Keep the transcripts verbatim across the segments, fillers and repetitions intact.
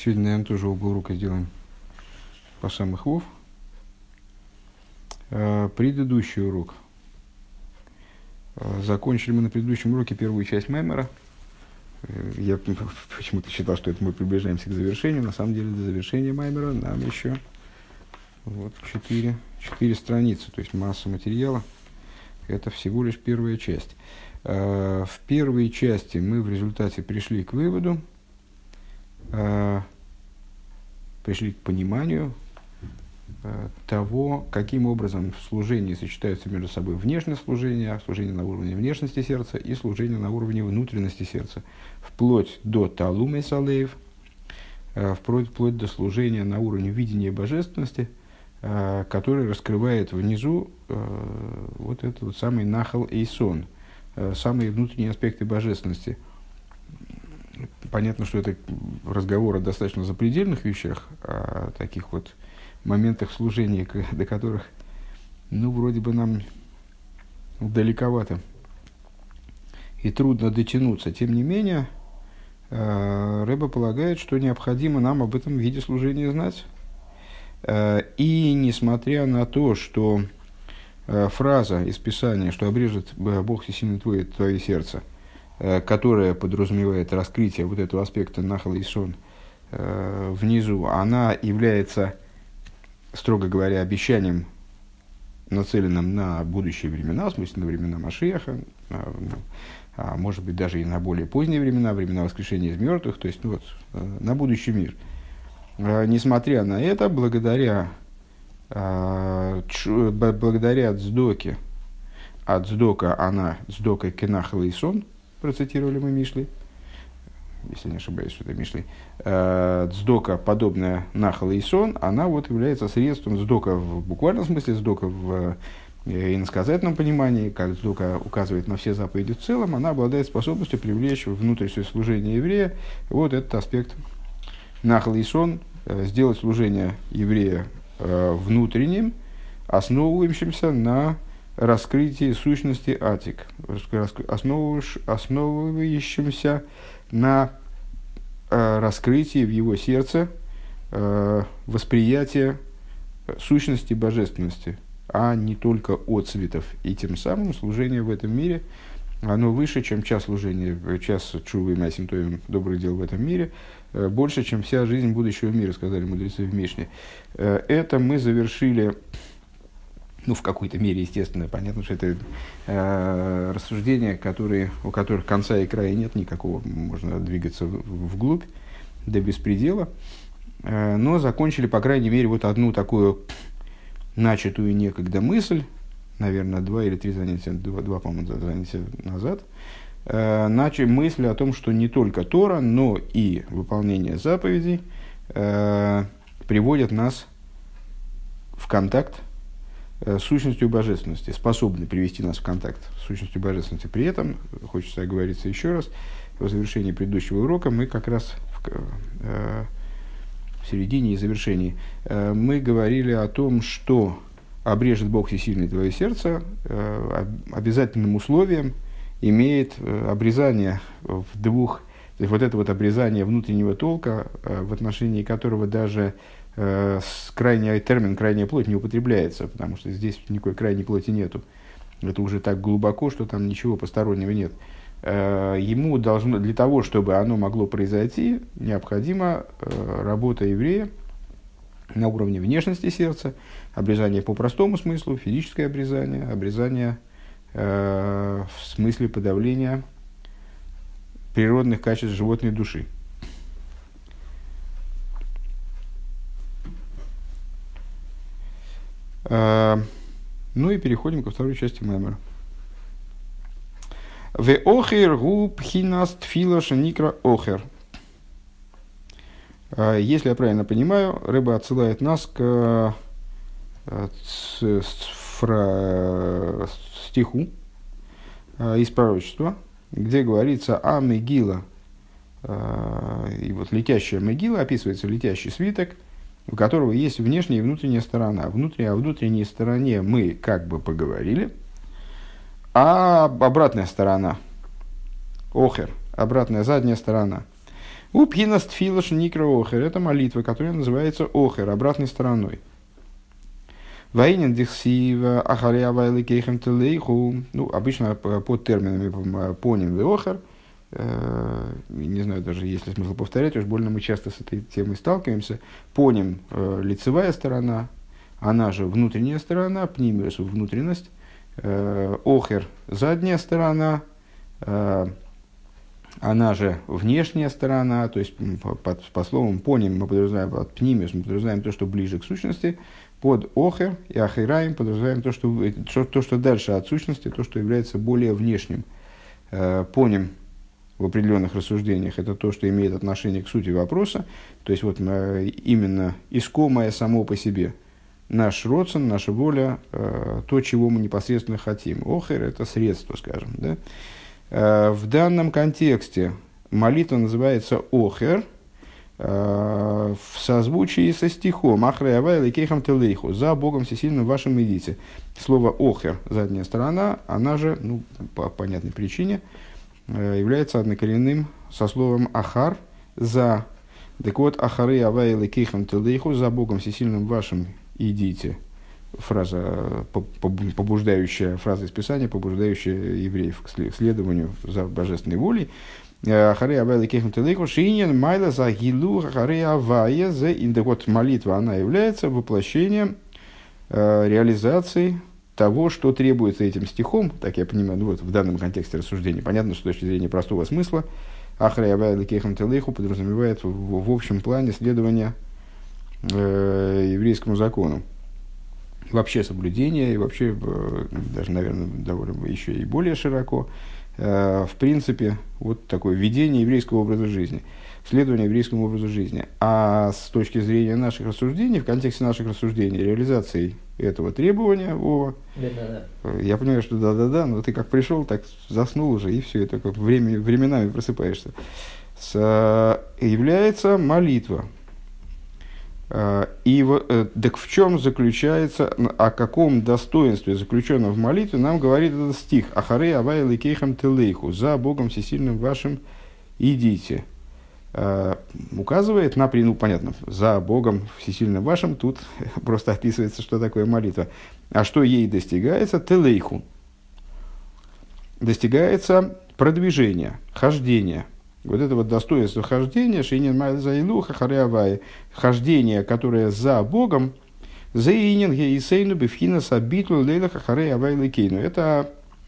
Сегодня, наверное, тоже оба урока сделаем по самых вов. Э, Предыдущий урок. Э, Закончили мы на предыдущем уроке первую часть Маймера. Э, Я почему-то считал, что это мы приближаемся к завершению. На самом деле, до завершения Маймера нам еще вот, четыре, четыре страницы, то есть масса материала. Это всего лишь первая часть. Э, В первой части мы в результате пришли к выводу, пришли к пониманию э, того, каким образом в служении сочетаются между собой внешнее служение, служение на уровне внешности сердца и служение на уровне внутренности сердца, вплоть до талумы салеев, э, вплоть, вплоть до служения на уровне видения божественности, э, который раскрывает внизу э, вот этот вот самый нахал эйсон, э, самые внутренние аспекты божественности. Понятно, что это разговор о достаточно запредельных вещах, о таких вот моментах служения, до которых, ну, вроде бы нам далековато и трудно дотянуться. Тем не менее, Рэбе полагает, что необходимо нам об этом виде служения знать. И несмотря на то, что фраза из Писания, что обрежет Бог всесильный твой, твое сердце, которая подразумевает раскрытие вот этого аспекта нахал и сон э, внизу, она является, строго говоря, обещанием, нацеленным на будущие времена, в смысле на времена Машиаха, а, а может быть даже и на более поздние времена, времена воскрешения из мертвых, то есть ну, вот, на будущий мир. А, несмотря на это, благодаря, а, ч, благодаря Цдоке, а Цдока, она Цдока кенахал и сон, процитировали мы Мишли, если не ошибаюсь, что это Мишли. Цдока, подобная нахал и сон, она вот является средством цдока в буквальном смысле, цдока в иносказательном понимании, как цдока указывает на все заповеди в целом, она обладает способностью привлечь внутрь служения еврея вот этот аспект нахал и сон, сделать служение еврея внутренним, основывающимся на раскрытии сущности атик, основывающимся на э, раскрытии в его сердце э, восприятия сущности божественности, а не только отцветов. И тем самым служение в этом мире, оно выше, чем час служения, час чувы и масим тоим, добрых дел в этом мире, э, больше, чем вся жизнь будущего мира, сказали мудрецы в Мишне. Э, это мы завершили. Ну, в какой-то мере, естественно, понятно, что это э, рассуждения, которые, у которых конца и края нет никакого, можно двигаться в, вглубь, до беспредела. Э, но закончили, по крайней мере, вот одну такую начатую некогда мысль, наверное, два или три занятия, два, два по-моему, занятия назад, э, начали мысль о том, что не только Тора, но и выполнение заповедей э, приводят нас в контакт с сущностью божественности, способны привести нас в контакт с сущностью божественности. При этом, хочется оговориться еще раз, в завершении предыдущего урока мы как раз в, э, в середине и завершении э, мы говорили о том, что обрежет Бог всесильный твое сердце, э, обязательным условием имеет э, обрезание в двух, то есть вот это вот обрезание внутреннего толка, э, в отношении которого даже крайний термин «крайняя плоть» не употребляется, потому что здесь никакой крайней плоти нету. Это уже так глубоко, что там ничего постороннего нет. Ему должно, для того, чтобы оно могло произойти, необходима работа еврея на уровне внешности сердца, обрезание по простому смыслу, физическое обрезание, обрезание в смысле подавления природных качеств животной души. Ну и переходим ко второй части Маймера. Ве охер гу пхинас тфила шеникра охер. Если я правильно понимаю, Рэбе отсылает нас к стиху из пророчества, где говорится о Мегила. И вот летящая Мегила, описывается летящий свиток, у которого есть внешняя и внутренняя сторона. Внутри, о внутренней стороне мы как бы поговорили, а обратная сторона, охер, обратная задняя сторона, У пхинас тфилаш никро охер. Это молитва, которая называется охер, обратной стороной. Вайнин дихсива ахарява или кейхем телейху. Ну, обычно под терминами поним и охер. Не знаю даже, есть ли смысл повторять, уж больно мы часто с этой темой сталкиваемся. Поним лицевая сторона, она же внутренняя сторона, пнимиус внутренность. Охер задняя сторона, она же внешняя сторона, то есть под, по словам поним мы подразумеваем, под пнимиус мы подразумеваем то, что ближе к сущности, под охер и ахираем подразумеваем то что, то, что дальше от сущности, то, что является более внешним. Поним в определенных рассуждениях это то, что имеет отношение к сути вопроса, то есть вот именно искомое само по себе. Наш родствен, наша воля, э, то, чего мы непосредственно хотим. Охер – это средство, скажем. Да? Э, в данном контексте молитва называется охер э, в созвучии со стихом «Ахреава элейкейхам телейху» «За Богом всесильным вашим идите». Слово «охер» – задняя сторона, она же, ну, по понятной причине, э, является однокоренным со словом «ахар» – «за». Так вот, «Ахареава элейкейхам телейху» «За Богом всесильным вашим идите», фраза, побуждающая, фраза из Писания, побуждающая евреев к следованию за божественной волей. Ахарей авая кехм телейху шиньян майла за гилу ахарей авая за им. Так вот, молитва, она является воплощением, э, реализацией того, что требуется этим стихом, так я понимаю, ну вот в данном контексте рассуждения. Понятно, что с точки зрения простого смысла ахарей авая кехм телейху подразумевает в, в, в общем плане следование еврейскому закону. Вообще соблюдение, и вообще, даже, наверное, довольно еще и более широко, в принципе, вот такое введение еврейского образа жизни, следование еврейскому образу жизни. А с точки зрения наших рассуждений, в контексте наших рассуждений, реализации этого требования, Вова, да-да-да. Я понимаю, что да-да-да, но ты как пришел, так заснул уже, и все, это как время, временами просыпаешься. С, является молитва. И вот, так в чем заключается, о каком достоинстве заключенном в молитве, нам говорит этот стих «Ахарей авай лекейхам телейху» «За Богом всесильным вашим идите». Указывает на, ну понятно, «За Богом всесильным вашим» тут просто описывается, что такое молитва. А что ей достигается? Телейху. Достигается продвижение, хождение. Вот это вот достоинство хождения, шинин майзаилу хахарявай, хождение, которое за Богом, заинин геисейну бифхина сабиту лейла хахарявай лекейну. Это,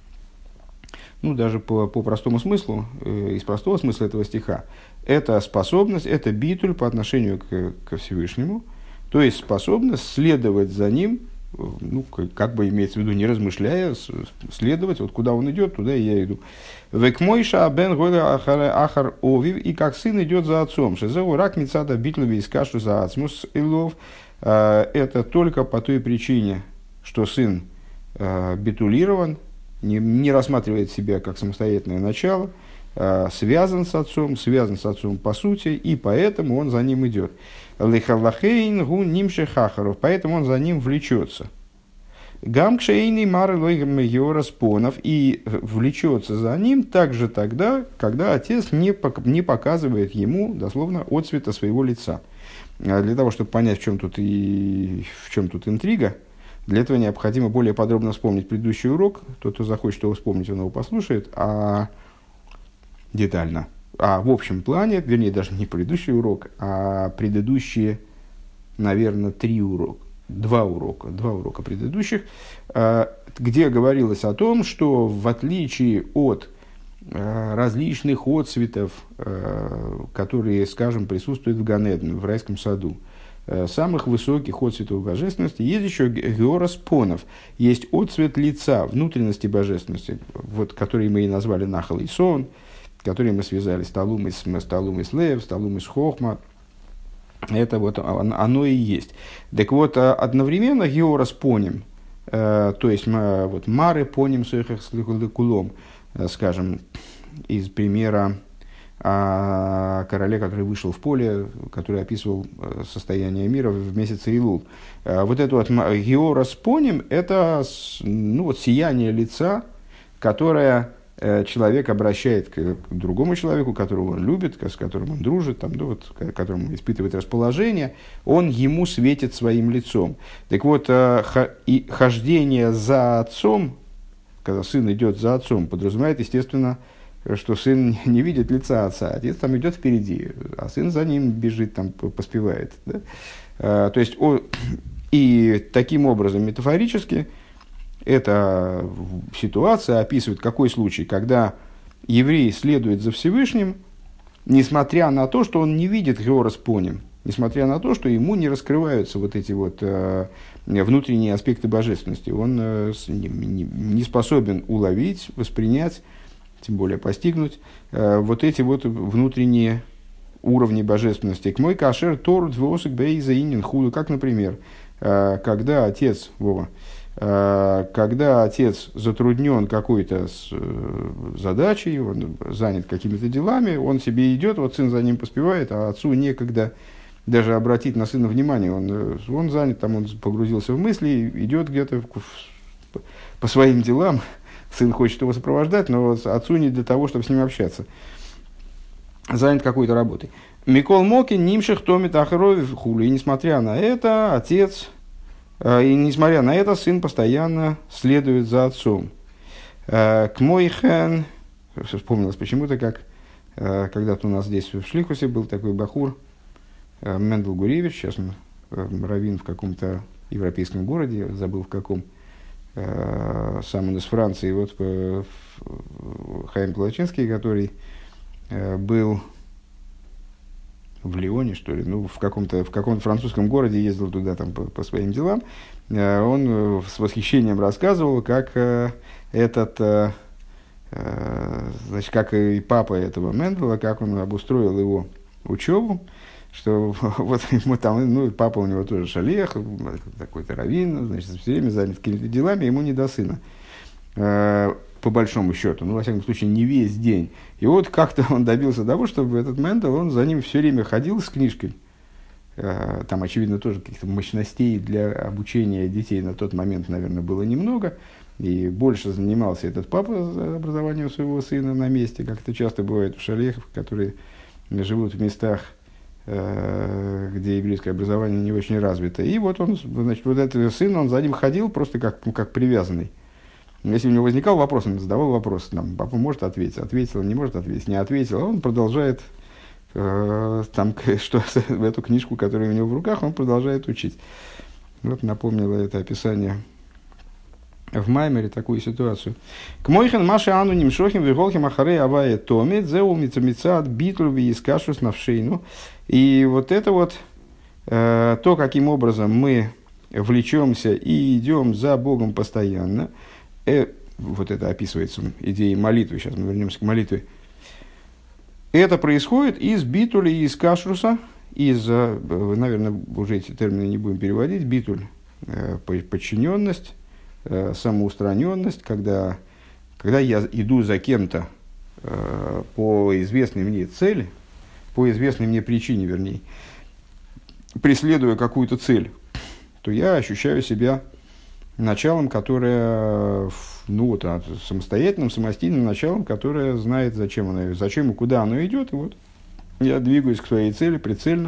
ну, даже по, по простому смыслу, э, из простого смысла этого стиха, это способность, это битуль по отношению к, ко Всевышнему, то есть способность следовать за ним, ну, как бы имеется в виду, не размышляя, следовать, вот куда он идет, туда и я иду. Векмойша бен года ахар овив, и как сын идет за отцом. Шезеу рак мицада битлови из кашу за ацмус илов. Это только по той причине, что сын битулирован, не, не рассматривает себя как самостоятельное начало, связан с отцом, связан с отцом по сути, и поэтому он за ним идет. Лихалахейн гу нимше хахаров, поэтому он за ним влечется. Гамкшейный мары лойгам спонов, и влечется за ним также тогда, когда отец не, не показывает ему, дословно, отцвета своего лица. Для того, чтобы понять, в чем тут, и, в чем тут интрига, для этого необходимо более подробно вспомнить предыдущий урок. Тот, кто захочет его вспомнить, он его послушает, а детально. А в общем плане, вернее, даже не предыдущий урок, а предыдущие, наверное, три урока, два урока, два урока предыдущих, где говорилось о том, что в отличие от различных отцветов, которые, скажем, присутствуют в Ганеден, в райском саду, самых высоких отцветов божественности, есть еще георас понов, есть отцвет лица, внутренности божественности, вот, который мы и назвали Нахал и Сон, которые мы связали с Талум из Лев, с Талум из Хохма. Это вот оно и есть. Так вот, одновременно георас поним, то есть вот мары поним сойхах с кулом, скажем, из примера о короле, который вышел в поле, который описывал состояние мира в месяце Илул. Вот это вот георас поним, это, ну, вот сияние лица, которое человек обращает к другому человеку, которого он любит, с которым он дружит, там, да, вот, к которому испытывает расположение, он ему светит своим лицом. Так вот, и хождение за отцом, когда сын идет за отцом, подразумевает, естественно, что сын не видит лица отца, отец там идет впереди, а сын за ним бежит, там, поспевает. Да? А, то есть, о, и таким образом, метафорически, эта ситуация описывает какой случай, когда еврей следует за Всевышним, несмотря на то, что он не видит Георас по ним, несмотря на то, что ему не раскрываются вот эти вот э, внутренние аспекты божественности. Он э, не, не, не способен уловить, воспринять, тем более постигнуть э, вот эти вот внутренние уровни божественности. К мой кашер тор двосик бейза инин худу, как, например, э, когда отец, Вова, э, когда отец затруднен какой-то с, э, задачей, он занят какими-то делами, он себе идет, вот сын за ним поспевает, а отцу некогда даже обратить на сына внимание, он, он занят, там он погрузился в мысли, идет где-то в, по своим делам, сын хочет его сопровождать, но отцу не для того, чтобы с ним общаться. Занят какой-то работой. Микол Мокин, Нимших, Томит, Ахарови, Хули. И несмотря на это, отец, и несмотря на это, сын постоянно следует за отцом. К Мойхен, вспомнилось почему-то, как когда-то у нас здесь в Шлихусе был такой бахур, Мендел Гуревич, сейчас он раввин в каком-то европейском городе, забыл в каком, сам он из Франции, вот Хаим Плачинский, который был в Лионе, что ли, ну, в каком-то, в каком-то французском городе, ездил туда там, по, по своим делам, он с восхищением рассказывал, как этот, значит, как и папа этого Мендела, как он обустроил его учебу, что вот ему там, ну, папа у него тоже шалех, такой-то раввин, значит, все время занят какими-то делами, ему не до сына, э, по большому счету, ну, во всяком случае, не весь день. И вот как-то он добился того, чтобы этот Мендел, он за ним все время ходил с книжкой, э, там, очевидно, тоже каких-то мощностей для обучения детей на тот момент, наверное, было немного, и больше занимался этот папа образованием своего сына на месте, как это часто бывает у шалехов, которые живут в местах, где еврейское образование не очень развито. И вот он, значит, вот этот сын, он за ним ходил просто как, ну, как привязанный. Если у него возникал вопрос, он задавал вопрос, там, папа может ответить, ответил, не может ответить, не ответил, а он продолжает, э, там, что, в эту книжку, которая у него в руках, он продолжает учить. Вот напомнило это описание в Маймере такую ситуацию. К мойхен маши ану нимшохим виголхим ахарей авае томит зеу мицамицат битлу виискашус навшейну. И вот это вот э, то, каким образом мы влечемся и идем за Богом постоянно, э, вот это описывается идеей молитвы, сейчас мы вернемся к молитве, это происходит из битуля и из кашруса, из, наверное, уже эти термины не будем переводить, битуль, э, подчиненность, э, самоустраненность, когда, когда я иду за кем-то э, по известной мне цели, по известной мне причине, вернее, преследуя какую-то цель, то я ощущаю себя началом, которое, ну вот, самостоятельным, самостийным началом, которое знает, зачем оно, зачем и куда оно идет. И вот я двигаюсь к своей цели прицельно,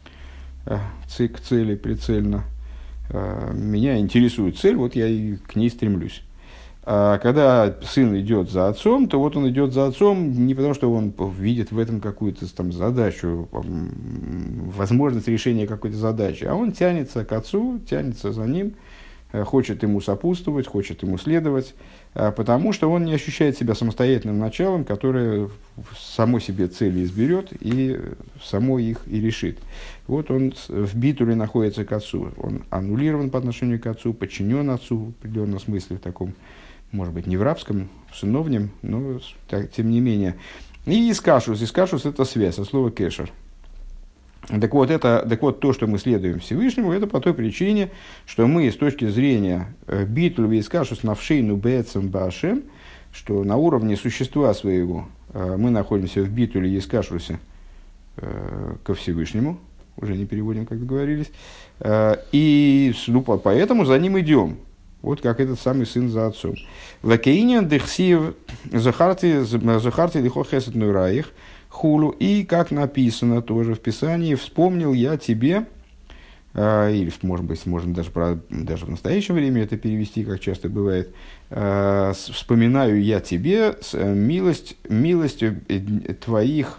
к цели прицельно. Меня интересует цель, вот я и к ней стремлюсь. А когда сын идет за отцом, то вот он идет за отцом не потому, что он видит в этом какую-то там задачу, возможность решения какой-то задачи, а он тянется к отцу, тянется за ним, хочет ему сопутствовать, хочет ему следовать, потому что он не ощущает себя самостоятельным началом, которое само себе цели изберет и само их и решит. Вот он в битуле находится к отцу, он аннулирован по отношению к отцу, подчинен отцу в определенном смысле, в таком, может быть, не в рабском, в сыновнем, но так, тем не менее. И искашус. Искашус – это связь, от слова кешер. Так вот, это, так вот, то, что мы следуем Всевышнему, это по той причине, что мы с точки зрения битуль искашус навшейну бэцэм башем, что на уровне существа своего мы находимся в битуле и искашусе ко Всевышнему, уже не переводим, как договорились, и ну, поэтому за ним идем. Вот как этот самый сын за отцом. Вакеинян дехсив захарти захарти лихо хесед нураих хулу. И как написано тоже в Писании, вспомнил я тебе, э, или, может быть, можно даже, про, даже в настоящем времени это перевести, как часто бывает, э, вспоминаю я тебе милость, милость твоих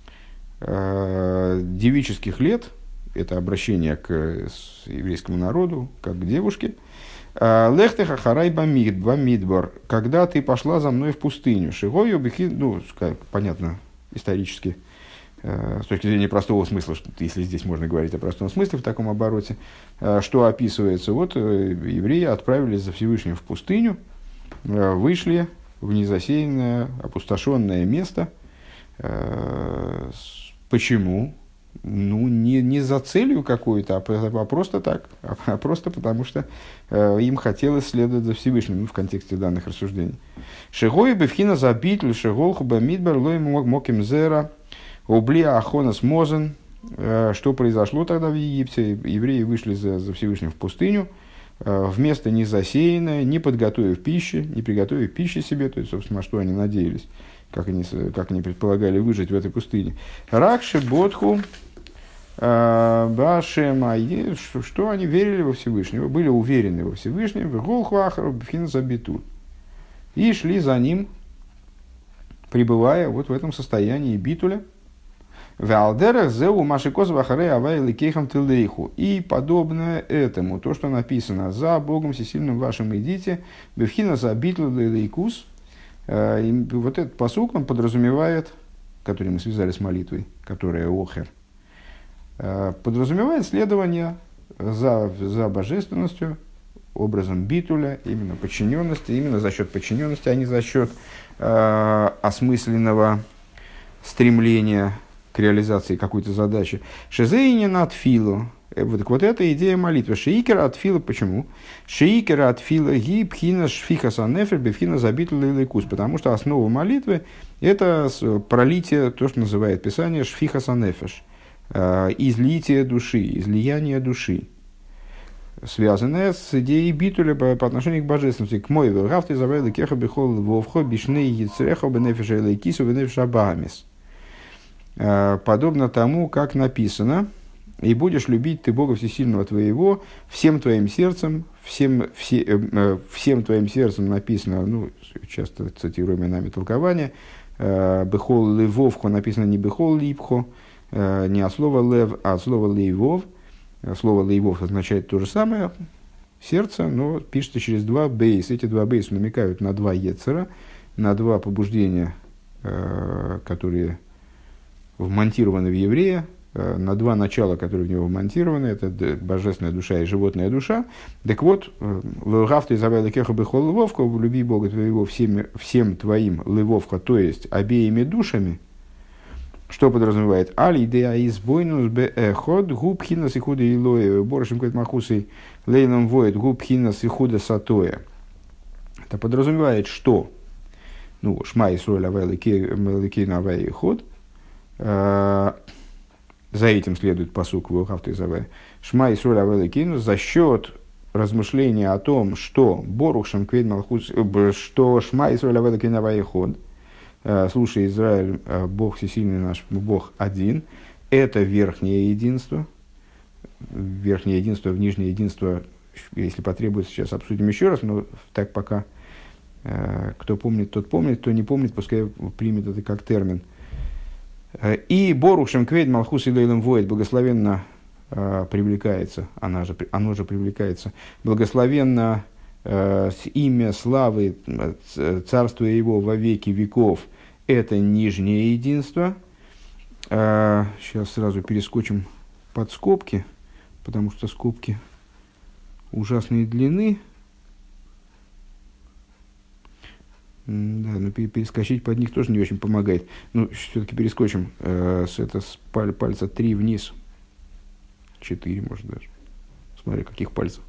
э, девических лет, это обращение к еврейскому народу, как к девушке, лехтеха харай бамидбар, когда ты пошла за мной в пустыню. Шигою бихи, ну, понятно, исторически, с точки зрения простого смысла, если здесь можно говорить о простом смысле в таком обороте, что описывается. Вот евреи отправились за Всевышним в пустыню, вышли в незасеянное, опустошенное место. Почему? Ну, не, не за целью какой-то, а, а просто так, а, а просто потому, что э, им хотелось следовать за Всевышним, ну, в контексте данных рассуждений. Шигой бевхина забитлю шиголху бамидбар лой моким зера убли ахонас мозен. Что произошло тогда в Египте? Евреи вышли за, за Всевышним в пустыню, э, в место не засеянное, не подготовив пищи, не приготовив пищи себе, то есть, собственно, на что они надеялись. Как они, как они предполагали выжить в этой пустыне. Ракши бодху башема, что, что они верили во Всевышнего, были уверены во Всевышнем, в голхвахару бфин забиту, и шли за ним, пребывая вот в этом состоянии битуля. В алдерах зеу машикос вахаре авайли кейхам тилдейху, и подобное этому, то, что написано: за Богом всесильным вашим идите, бфхина забиту лейкус. И вот этот пасук, он подразумевает, который мы связали с молитвой, которая охер, подразумевает следование за, за божественностью, образом битуля, именно подчиненности, именно за счет подчиненности, а не за счет э, осмысленного стремления к реализации какой-то задачи. Шизейни над филу. Так вот эта идея молитвы. Шиикера от фила. Почему? Шиикера от фила ги пхина шфихаса нефер бифхина забитла лейкус. Потому что основа молитвы – это пролитие, то, что называет Писание, шфихаса нефеш. Излитие души, излияние души. Связанное с идеей битуля по, по отношению к божественности. К мой вилгавты завайла кеха бихол вовхо бишней яцреха бенефеша лейкису бенефеша баамис. Подобно тому, как написано: и будешь любить ты Бога Всесильного твоего всем твоим сердцем, всем, все, э, всем твоим сердцем написано, ну, часто цитируемое нами толкование, «бехол левовхо» написано не «бехол липхо», э, не от слова «лев», а от слова «лейвов». Слово «лейвов» означает то же самое, сердце, но пишется через два бейс. Эти два бейса намекают на два ецера, на два побуждения, э, которые вмонтированы в еврея, на два начала, которые в него вмонтированы, это божественная душа и животная душа. Так вот, «Левгавта изавайла кеха бехол левовка», «люби Бога твоего всем, всем твоим левовка», то есть обеими душами, что подразумевает? «Али идея избойнус бе эход губхина сихуда илоя борошим квет махусой лейном воет губхина сихуда сатоя». Это подразумевает, что, ну, шма исруэль авай лекейна авай ход, за этим следует пасук вилхавты завай. Шма Исроль авеликину, за счет размышления о том, что Борух Шамквейд Малхус, что Шма Исроль авеликину авайход, слушай, Израиль, Бог всесильный наш, Бог один, это верхнее единство. Верхнее единство, в нижнее единство, если потребуется, сейчас обсудим еще раз, но так пока кто помнит, тот помнит, кто не помнит, пускай примет это как термин. И Борух Шемквейд Малхус и Лейлем Воид благословенно э, привлекается, она же, оно же привлекается, благословенно э, с имя славы э, царства его во веки веков, это нижнее единство. Э, сейчас сразу перескочим под скобки, потому что скобки ужасной длины. Да, но перескочить под них тоже не очень помогает. Ну, все-таки перескочим э, с, это, с паль, пальца три вниз. четыре, может, даже. Смотри, каких пальцев.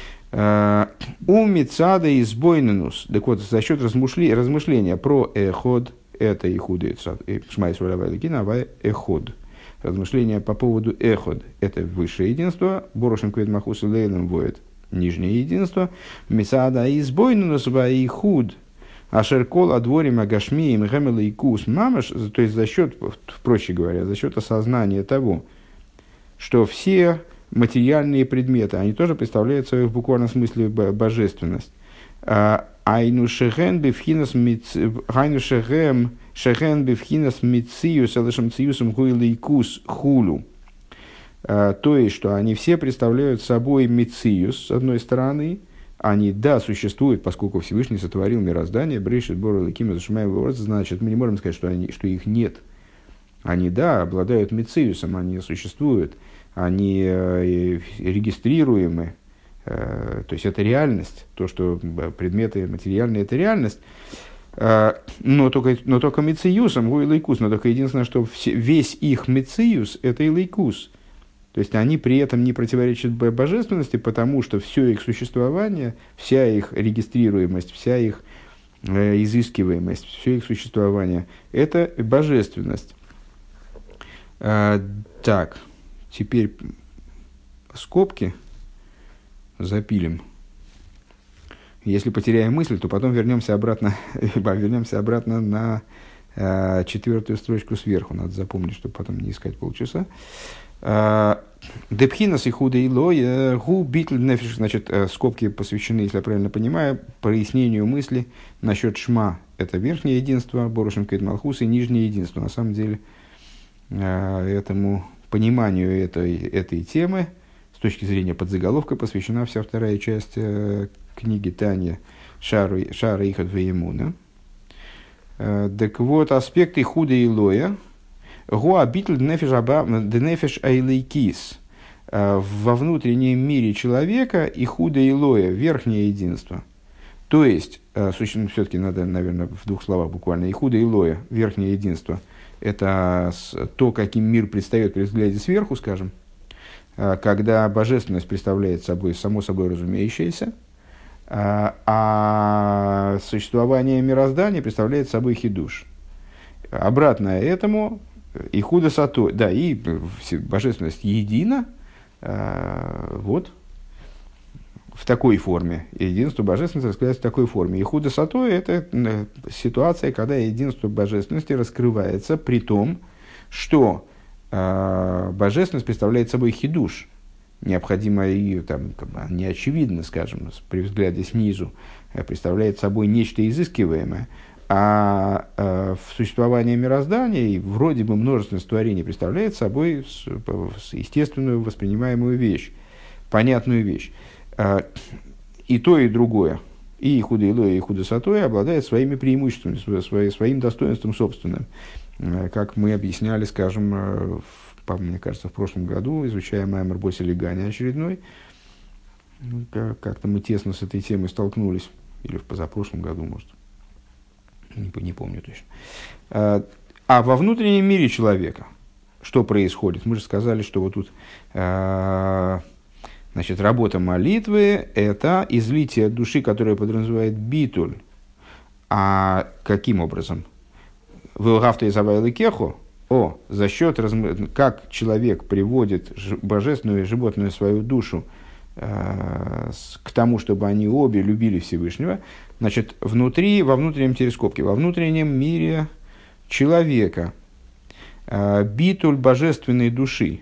У Мицада из Бойненус. Так вот, за счет размышления про эход, это ихуды, шмайс валявайликина, авай эход. Размышления по поводу эход, это высшее единство. Борошем квед махус и лейлем воет. нижнее единство, мисада избойнунус ваихуд, ашеркол адворим агашмием гэмэлэйкус мамаш, то есть за счет, проще говоря, за счет осознания того, что все материальные предметы, они тоже представляют собой в буквальном смысле божественность. Айну шеген бифхинас мициюс алышам циюсом гуилэйкус хулу. То есть, что они все представляют собой мициюс, с одной стороны, они, да, существуют, поскольку Всевышний сотворил мироздание, Брешит, Бор, Элоким, Зашимаем, Ворот, значит, мы не можем сказать, что, они, что их нет. Они, да, обладают мициюсом, они существуют, они э, регистрируемы, э, то есть это реальность, то, что предметы материальные, это реальность, э, но только, но только мициюсом, гу и лейкус, но только единственное, что все, весь их мициюс – это и лейкус. То есть они при этом не противоречат божественности, потому что все их существование, вся их регистрируемость, вся их э, изыскиваемость, все их существование – это божественность. Э, так, теперь скобки запилим. Если потеряем мысль, то потом вернемся обратно, вернемся обратно на э, четвертую строчку сверху. Надо запомнить, чтобы потом не искать полчаса. Депхинас и худа и лоя гу битл нефиш, значит, скобки посвящены, если я правильно понимаю, прояснению мысли насчет шма. Это верхнее единство, борошем кет малхус, и нижнее единство. На самом деле, этому пониманию этой, этой темы, с точки зрения подзаголовка, посвящена вся вторая часть книги Таня Шара Ихат Веемуна. Так вот, аспекты худа и лоя Гуа битл днефеш айлейкис. Во внутреннем мире человека и худа и лоя, верхнее единство. То есть, все-таки надо, наверное, в двух словах буквально, и худа и лоя, верхнее единство, это то, каким мир предстает при взгляде сверху, скажем, когда божественность представляет собой само собой разумеющееся, а существование мироздания представляет собой хидуш. Обратно этому и худа сато, да, и божественность едина, э, вот, в такой форме. Единство божественности раскрывается в такой форме. И худа сато – это ситуация, когда единство божественности раскрывается при том, что э, божественность представляет собой хидуш. Необходимо и там, как бы, неочевидно, скажем, при взгляде снизу, представляет собой нечто изыскиваемое. А э, в существовании мироздания вроде бы множественность творений представляет собой с, с естественную воспринимаемую вещь, понятную вещь. Э, и то, и другое, и худа илоя, и худа сатоя обладает своими преимуществами, свои, своим достоинством собственным. Э, как мы объясняли, скажем, э, в, мне кажется, в прошлом году, изучая Маймер Боси Легани очередной, как-то мы тесно с этой темой столкнулись, или в позапрошлом году, может. Не, не помню точно. А, а во внутреннем мире человека что происходит? Мы же сказали, что вот тут а, значит, работа молитвы – это излитие души, которое подразумевает битуль. А каким образом? Вылгавта из авайлы кеху. О, за счет, разм... как человек приводит ж... божественную и животную свою душу э, с... к тому, чтобы они обе любили Всевышнего. Значит, внутри, во внутреннем телескопе, во внутреннем мире человека э, битуль божественной души,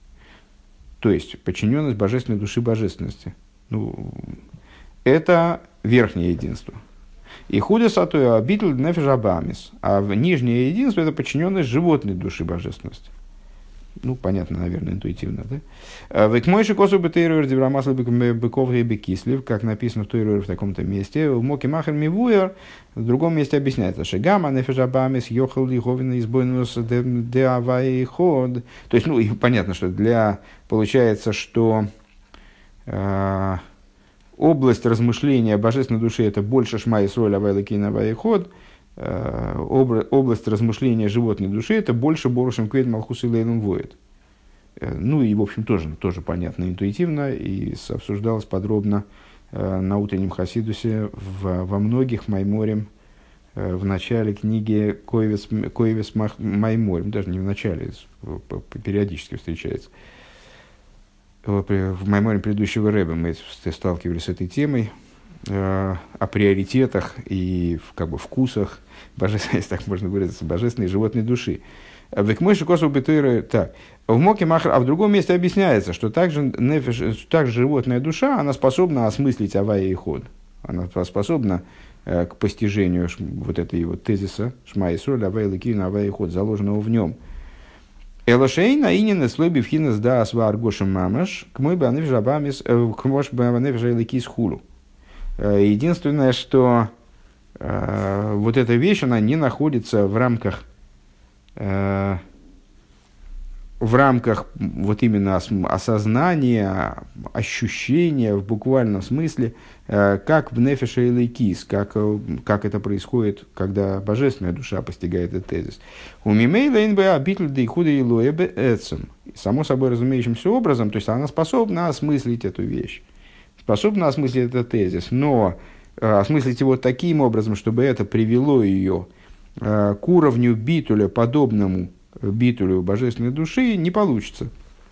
то есть подчиненность божественной души божественности, ну, это верхнее единство. И худа сатоя битуль нефеш абамис, а нижнее единство – это подчиненность животной души божественности. Ну, понятно, наверное, интуитивно, да? Век мойши косу бетейруэр дибрамасл быков и бекислив, как написано в Тойруэр в таком-то месте. В моке махер мивуэр, в другом месте объясняется, что гамма нефеш абамис йохал лиховина избойнус де авай ход. То есть, ну, и понятно, что для, получается, что э, область размышления божественной души – это больше шма Исроэль авай лакин авай ход. Область размышления животной души – это больше Борошем Квейт Малхус и Лейлом Воет. Ну и, в общем, тоже, тоже понятно интуитивно и обсуждалось подробно на утреннем Хасидусе в, во многих Майморем в начале книги Коевес, Коевес Майморем, даже не в начале, периодически встречается. в меморе предыдущего рэба мы сталкивались с этой темой э, о приоритетах и в, как бы, вкусах, божественной, если так можно выразиться, божественной животной души. Векмойши косу бетыры, так. В Моке Махар, а в другом месте объясняется, что также, нефиш, также животная душа, она способна осмыслить авая и ход. Она способна э, к постижению ш, вот этой вот тезиса Шма Исроль, авая ликина, авая и ход, заложенного в нем. Элошейна инин слоби вхинас да асва аргошем мамаш, к мой банев жабамис, к мош банев жайликис хулу. Единственное, что э, вот эта вещь, она не находится в рамках э, в рамках вот именно осознания, ощущения в буквальном смысле, э, как в нефеше и лейкис, как, как это происходит, когда божественная душа постигает этот тезис. У мимейла инбэ абитль да ихуда и лоэбэ эцем. Само собой разумеющимся образом, то есть она способна осмыслить эту вещь, способна осмыслить этот тезис, но э, осмыслить его таким образом, чтобы это привело ее э, к уровню битуля, подобному битулю божественной души, не получится.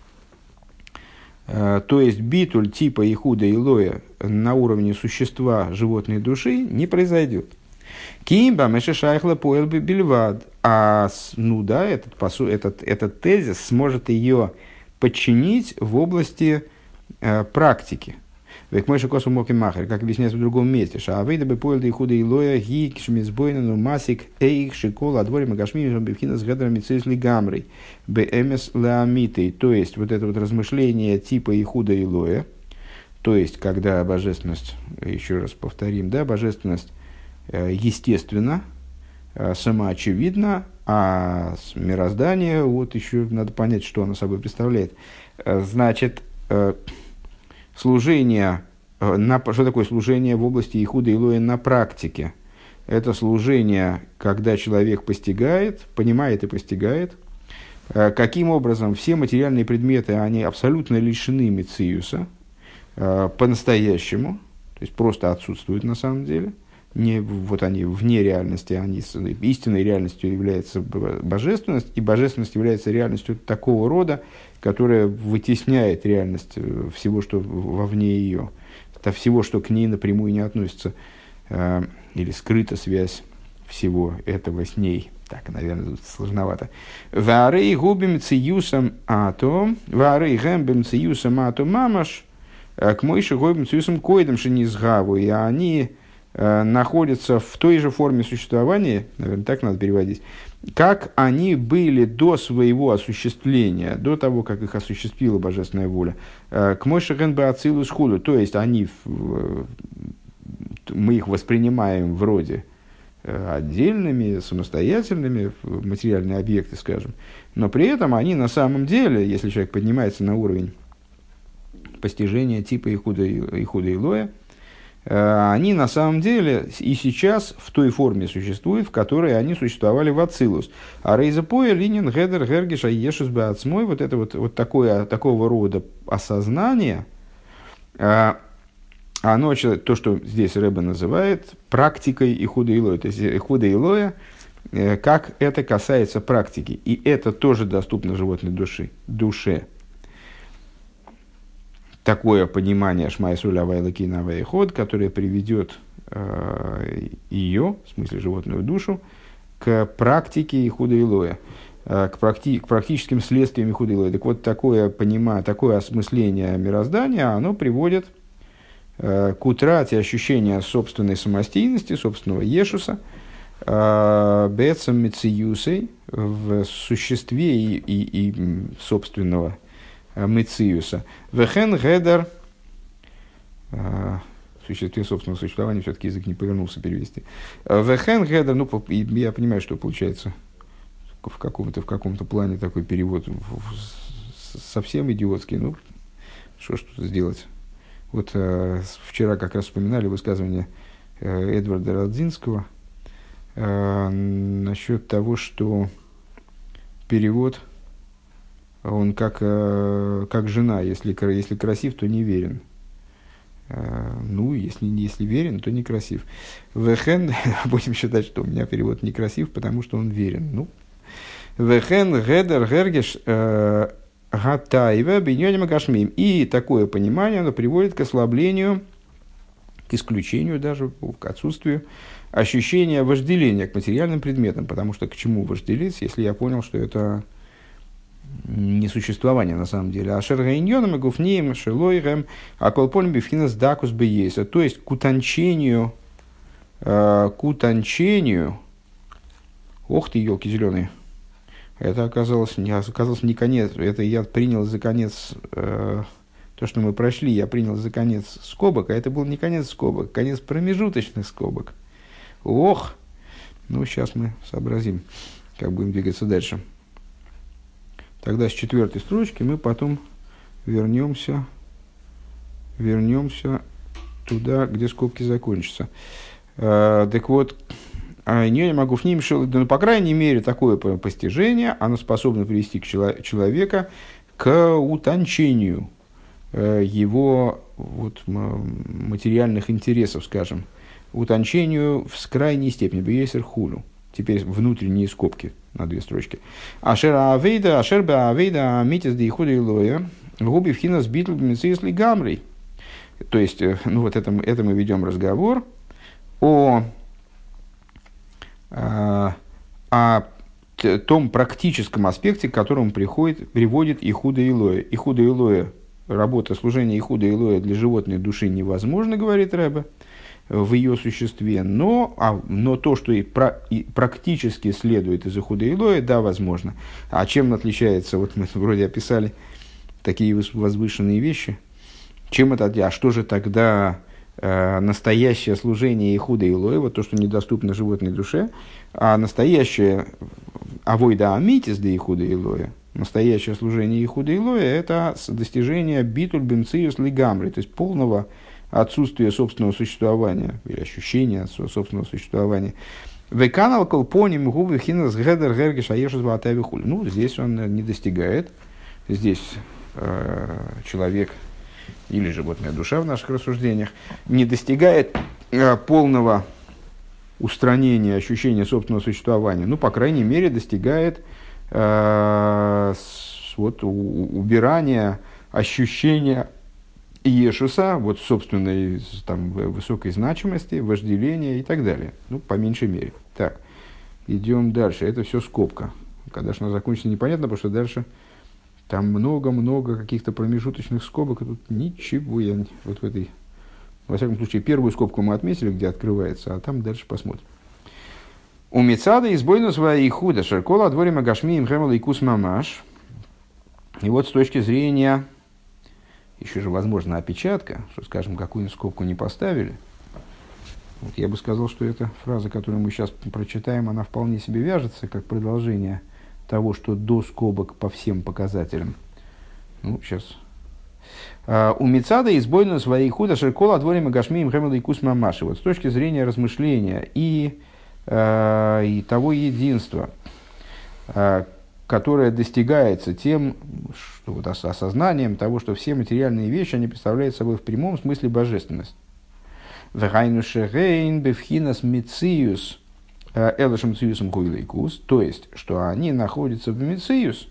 То есть битуль типа Ихуда и Лоя на уровне существа животной души не произойдет. Кимба мешешайхла поэлби бельвад. А ну да, этот, этот, этот тезис сможет ее подчинить в области э, практики. Век мой шикосу моки махер, как объясняется в другом месте. Шаавейда бы поэлда Ихуда и Лоя ги кшмизбойнану масик эйх шикол адворе магашмимизм бифхина с гадрами цизли гамрой бэмс лаамитей. То есть вот это вот размышление типа Ихуда и Лоя, то есть когда божественность, еще раз повторим, да, божественность э, естественно, э, самоочевидна, а мироздание, вот еще надо понять, что оно собой представляет. Э, значит, э, служение, на, что такое служение в области Ихуда и Лоя на практике? Это служение, когда человек постигает, понимает и постигает, каким образом все материальные предметы, они абсолютно лишены мециуса, по-настоящему, то есть просто отсутствуют на самом деле. Не, вот они вне реальности, они, истинной реальностью является божественность, и божественность является реальностью такого рода, которая вытесняет реальность всего, что вовне ее, это всего, что к ней напрямую не относится, э, или скрыта связь всего этого с ней. Так, наверное, тут сложновато. Варей губим циюсом ато, варей гэмбим циюсом ато мамаш, к мойши губим циюсом койдам шинизгаву, и они находятся в той же форме существования, наверное, так надо переводить, как они были до своего осуществления, до того, как их осуществила божественная воля, к мойши гэнбэ ацилус худу, то есть они, мы их воспринимаем вроде отдельными, самостоятельными, материальные объекты, скажем, но при этом они на самом деле, если человек поднимается на уровень постижения типа Ихуда и, Ихуда и Лоя, они на самом деле и сейчас в той форме существуют, в которой они существовали в Ацилус. А Рейзапоя, Линин, Гедер, Гергиша, Ешус, Беацмой, вот это вот, вот такое, такого рода осознание, оно, то, что здесь Рэбе называет практикой Ихуда и Лоя. То есть Ихуда и Лоя, как это касается практики. И это тоже доступно животной душе. душе. Такое понимание Шма Исроль Авай Элокейн Авай Эход, которое приведет э, ее, в смысле животную душу, к практике Ихуда и Лоя, э, к, практи, к практическим следствиям Ихуда и Лоя. Так вот, такое понимание, такое осмысление мироздания, оно приводит э, к утрате ощущения собственной самостийности, собственного ешуса, э, бецам мециюсей, в существе и, и, и собственного мециуса. Вехен гедер, в существе собственного существования, все-таки язык не повернулся перевести. Вехен гедер, ну, я понимаю, что получается в каком-то, в каком-то плане такой перевод совсем идиотский, ну, что ж тут сделать. Вот вчера как раз вспоминали высказывание Эдварда Радзинского насчет того, что перевод, он как, как жена, если, если красив, то не верен. Ну, если, если верен, то некрасив. Вехен, будем считать, что у меня перевод некрасив, потому что он верен. Ну, Вехен, Гедер, Гергеш, гатаева биньоним гашмим. И такое понимание, оно приводит к ослаблению, к исключению даже, к отсутствию ощущения вожделения к материальным предметам. Потому что к чему вожделить, если я понял, что это несуществование на самом деле. А шергайньоном и гуфнием шелойрем аколполем бифхинас дакус бейеса. То есть к утончению, э, к утончению. Ох ты, елки зеленые. Это оказалось не, оказалось не конец. Это я принял за конец э, то, что мы прошли, я принял за конец скобок, а это был не конец скобок, конец промежуточных скобок. Ох! Ну, сейчас мы сообразим, как будем двигаться дальше. Тогда с четвертой строчки мы потом вернемся, вернемся туда, где скобки закончатся. Э, так вот, не могу в ним, ну, по крайней мере, такое постижение, оно способно привести к чело- человека к утончению э, его вот, материальных интересов, скажем, утончению в крайней степени, бейсер хулю. Теперь внутренние скобки на две строчки. Ашер авейда, ашер ба авейда, митис да ихуда илоя, губи вхина сбитл бмицис ли гамрей. То есть, ну вот это, это мы ведем разговор о, о, о том практическом аспекте, к которому приходит, приводит ихуда илоя. Ихуда илоя, работа служения ихуда илоя для животной души невозможно, говорит Ребе, в ее существе, но, а, но то, что и, про, и практически следует из Ихуда Илоя, да, возможно. А чем отличается, вот мы вроде описали такие возвышенные вещи, чем это, а что же тогда э, настоящее служение Ихуда Илоя, вот то, что недоступно животной душе, а настоящее авойда амитис де Ихуда Илоя, настоящее служение Ихуда Илоя, это достижение битуль бенциус лигамри, то есть полного отсутствие собственного существования или ощущения собственного существования. Веканал колпоним губы хинас гедер гергиш аешус ватавихуль. Ну, здесь он не достигает. Здесь э, человек или животная душа в наших рассуждениях не достигает э, полного устранения ощущения собственного существования. Ну, по крайней мере, достигает э, с, вот, у, убирания ощущения Иешуса, вот собственной там, высокой значимости, вожделения и так далее. Ну, по меньшей мере. Так, идем дальше. Это все скобка. Когда же она закончится, непонятно, потому что дальше там много-много каких-то промежуточных скобок, и тут ничего я вот в этой... Во всяком случае, первую скобку мы отметили, где открывается, а там дальше посмотрим. У Мецада избойну свои худа шеркола дворим агашми им хэмэл и кус мамаш. И вот с точки зрения... Еще же возможна опечатка, что, скажем, какую-нибудь скобку не поставили. Вот я бы сказал, что эта фраза, которую мы сейчас прочитаем, она вполне себе вяжется, как продолжение того, что до скобок по всем показателям. Ну, сейчас. У Мецада избойну своей худа шеркола дворим и гашмиим хэмэл и кус мамаши. Вот с точки зрения размышления и, и того единства, которое достигается тем, что вот осознанием того, что все материальные вещи, они представляют собой в прямом смысле божественность. То есть, что они находятся в мециюс,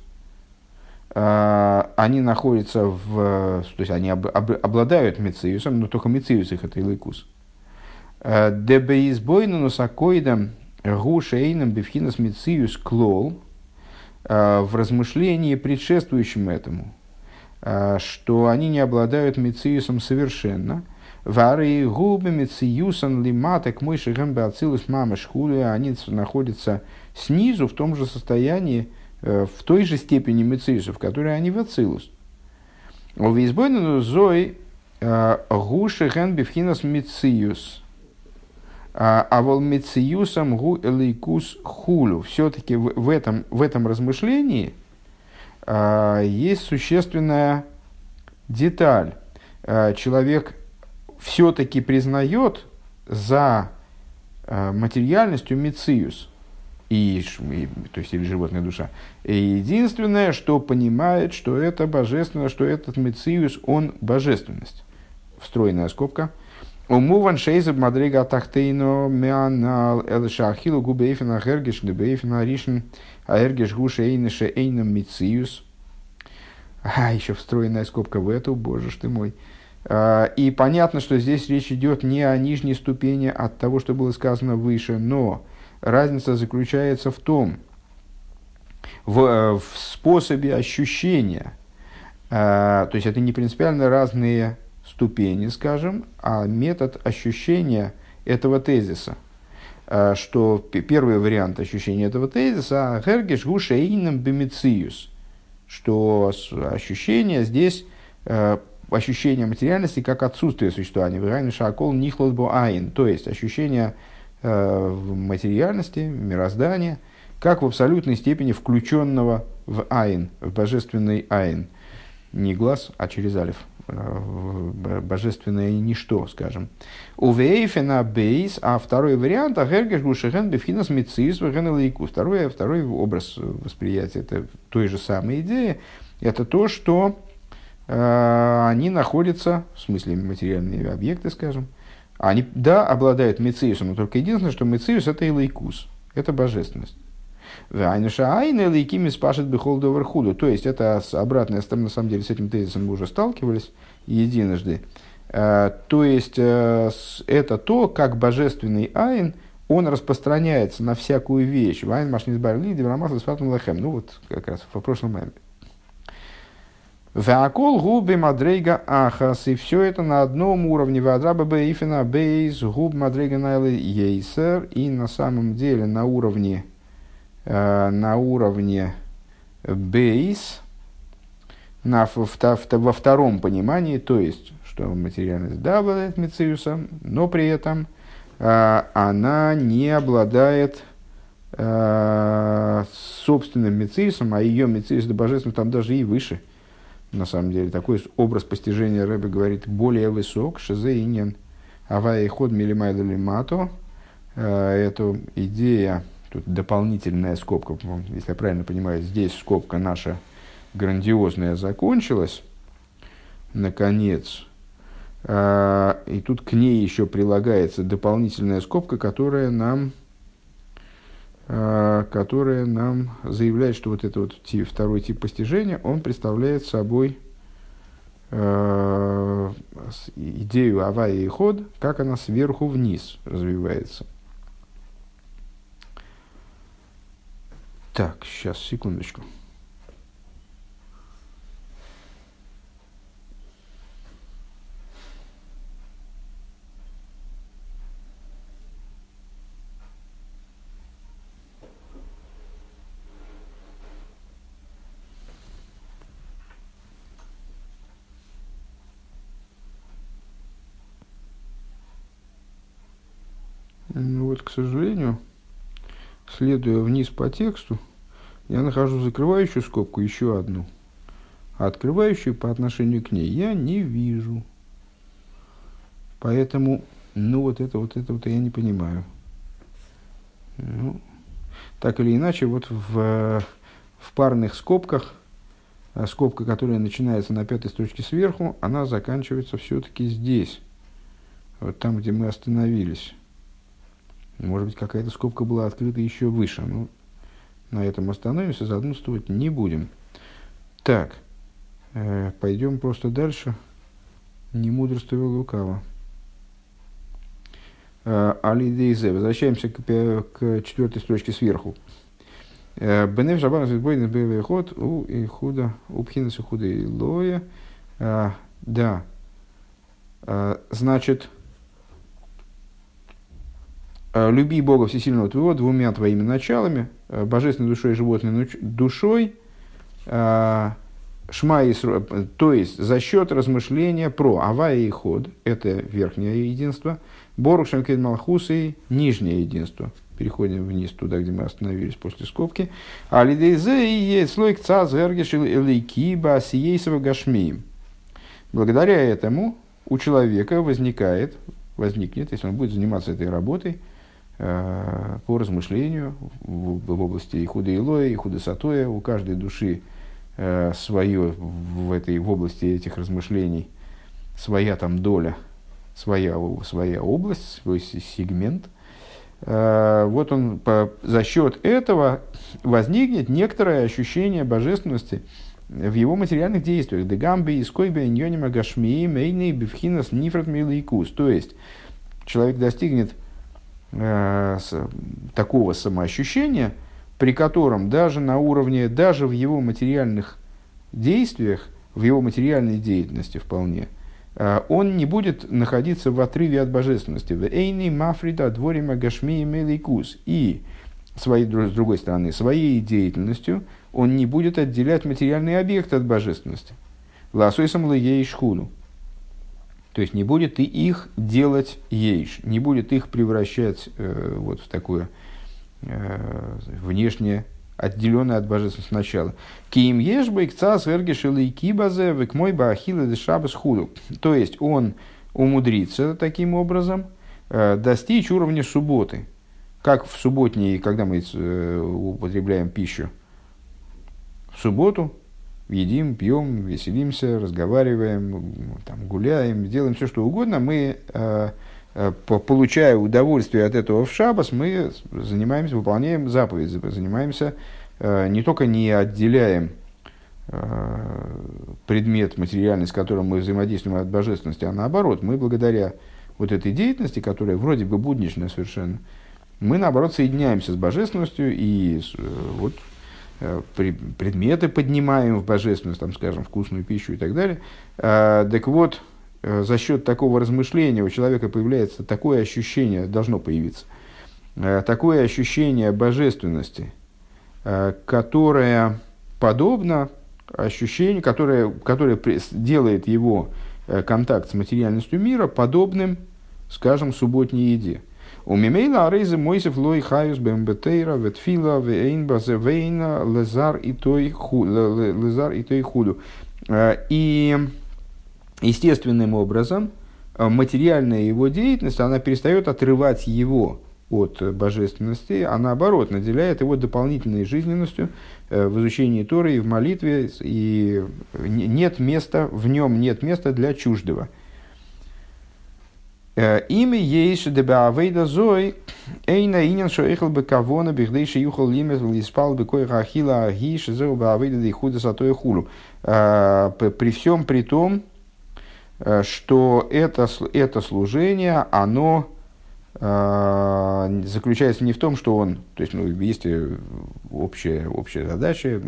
они находятся в... То есть, они об, об, обладают мециюсом, но только мециюс их это илайкус. Дебеизбойнус акоидам гушейном бифхинас мециюс клол, в размышлении, предшествующем этому, что они не обладают мециусом совершенно. Вары губы мециусан лиматек мойши гэмбе ацилус мамаш хули, они находятся снизу в том же состоянии, в той же степени мециуса, в которой они в ацилус. Увизбойну зой гуши гэмбе вхинас мециус. А вол мециюсам гу элейкус хулю. Все-таки в, в, этом, в этом размышлении а, есть существенная деталь. А, человек все-таки признает за а, материальностью мециюс, и, и, то есть или животная душа. И единственное, что понимает, что это божественно, что этот мециюс, он божественность. Встроенная скобка. Умуван шейзеб мадрига тахтейно мянал элшахилу губейфина гергиш дебейфина ришн аэргиш гушейнише эйном мициюс. А, еще встроенная скобка в эту, боже ж ты мой. А, и понятно, что здесь речь идет не о нижней ступени от того, что было сказано выше, но разница заключается в том, в, в способе ощущения. А, то есть это не принципиально разные ступени, скажем, а метод ощущения этого тезиса. А, что п- первый вариант ощущения этого тезиса «Гергеш гушейном бемициюс», что с- ощущение здесь, э, ощущение материальности как отсутствие существования. «Вегайну шаакол нихлот бо айн», то есть ощущение э, в материальности, в мироздании, как в абсолютной степени включенного в айн, в божественный айн. Не глаз, а через алиф. э, Божественное ничто, скажем. У вейфена бейс, а второй вариант, а гергеш гушеген бифхинас мициис веген лейку. Второй, второй образ восприятия это той же самой идеи. Это то, что э, они находятся, в смысле материальные объекты, скажем, они, да, обладают мициусом, но только единственное, что мициус это и лейкус, это божественность. То есть это обратная сторона, на самом деле с этим тезисом мы уже сталкивались единожды. То есть это то, как божественный айн, он распространяется на всякую вещь. Вайн машнис барли, деврамасл сфатун лахем. Ну вот как раз в прошлом маме. Веакол губы мадрейга ахас. И все это на одном уровне. Вадраба бейфина бейс губ мадрейга найлы ейсер. И на самом деле на уровне на уровне бейс, на, в, в, во втором понимании, то есть, что материальность да обладает мециусом, но при этом э, она не обладает э, собственным мециусом, а ее мециус до божественного там даже и выше. На самом деле, такой образ постижения Рэбе говорит более высок, шизе иньян авай ход милимайда лимато. Эту идея. Тут дополнительная скобка, если я правильно понимаю, здесь скобка наша грандиозная закончилась, наконец. И тут к ней еще прилагается дополнительная скобка, которая нам, которая нам заявляет, что вот этот вот тип, второй тип постижения, он представляет собой идею авая и ход, как она сверху вниз развивается. Так, сейчас, секундочку. Ну вот, к сожалению, следуя вниз по тексту, я нахожу закрывающую скобку, еще одну, а открывающую по отношению к ней я не вижу. Поэтому, ну вот это вот это вот я не понимаю. Ну, так или иначе, вот в, в парных скобках, скобка, которая начинается на пятой строчке сверху, она заканчивается все-таки здесь, вот там, где мы остановились. Может быть, какая-то скобка была открыта еще выше. Ну, на этом остановимся, задумствовать не будем. Так, э, пойдем просто дальше. Не мудрствуя лукаво. Алидейзе. Возвращаемся к, к четвертой строчке сверху. Бенеф шабан зидбойн бевый ход у и худа у пхинаса худа и лоя. Да. Значит, люби Бога Всесильного твоего двумя твоими началами, божественной душой и животной душой, шма и, то есть за счет размышления про авая и ход, это верхнее единство, борух шемкейд малхусы, нижнее единство. Переходим вниз туда, где мы остановились после скобки. А лидейзе и есть слой кцаз гергешил элейкиба сиейсова гашмиим. Благодаря этому у человека возникает, возникнет, если он будет заниматься этой работой, по размышлению в, в области Ихуда Илоя, Ихуда Сатоя, у каждой души э, свое в этой в области этих размышлений своя там доля, своя, своя область, свой сегмент. Э, вот он по, за счет этого возникнет некоторое ощущение божественности в его материальных действиях. Дегамби, искойби, ньонима, гашмии, мейни, бифхинас, нифрат, милейкус. То есть, человек достигнет э, с, такого самоощущения, при котором даже на уровне, даже в его материальных действиях, в его материальной деятельности вполне, э, он не будет находиться в отрыве от божественности. Эйни, мафрида, дворима, гашмии, милейкус. И своей, с другой стороны, своей деятельностью он не будет отделять материальный объект от божественности. Ласойсам ейш хуну. То есть не будет и их делать ейш, не будет их превращать э, вот в такое э, внешнее, отделенное от божественности начало. Киим еш бэйкцас эргешилы кибазе векмой баахилы дешабас худу. То есть он умудрится таким образом э, достичь уровня субботы. Как в субботней, когда мы э, употребляем пищу, в субботу едим, пьем, веселимся, разговариваем, там, гуляем, делаем все, что угодно. Мы, э, э, получая удовольствие от этого в шаббас, мы занимаемся, выполняем заповедь, занимаемся, э, не только не отделяем э, предмет материальный, с которым мы взаимодействуем от божественности, а наоборот, мы благодаря вот этой деятельности, которая вроде бы будничная совершенно, мы, наоборот, соединяемся с божественностью и э, вот, предметы поднимаем в божественность, там, скажем, вкусную пищу и так далее. А, так вот, за счет такого размышления у человека появляется такое ощущение, должно появиться, такое ощущение божественности, которое подобно ощущению, которое, которое делает его контакт с материальностью мира подобным, скажем, субботней еде. У мимейла арейзе мойсев лой хаюс бэмбетейра ветфила вэйнба зэвэйна лезар и той худу. И естественным образом материальная его деятельность, она перестает отрывать его от божественности, а наоборот наделяет его дополнительной жизненностью в изучении Торы и в молитве, и нет места, в нем нет места для чуждого. Имя есть дебаавейда зой, эйна инин шоэхл бекавона бихдейши юхал лимет лиспал бекой рахила агиш зеу баавейда дейхуда сатоя хулу. При всем при том, что это, это служение, оно заключается не в том, что он, то есть, ну, есть общая, общая задача,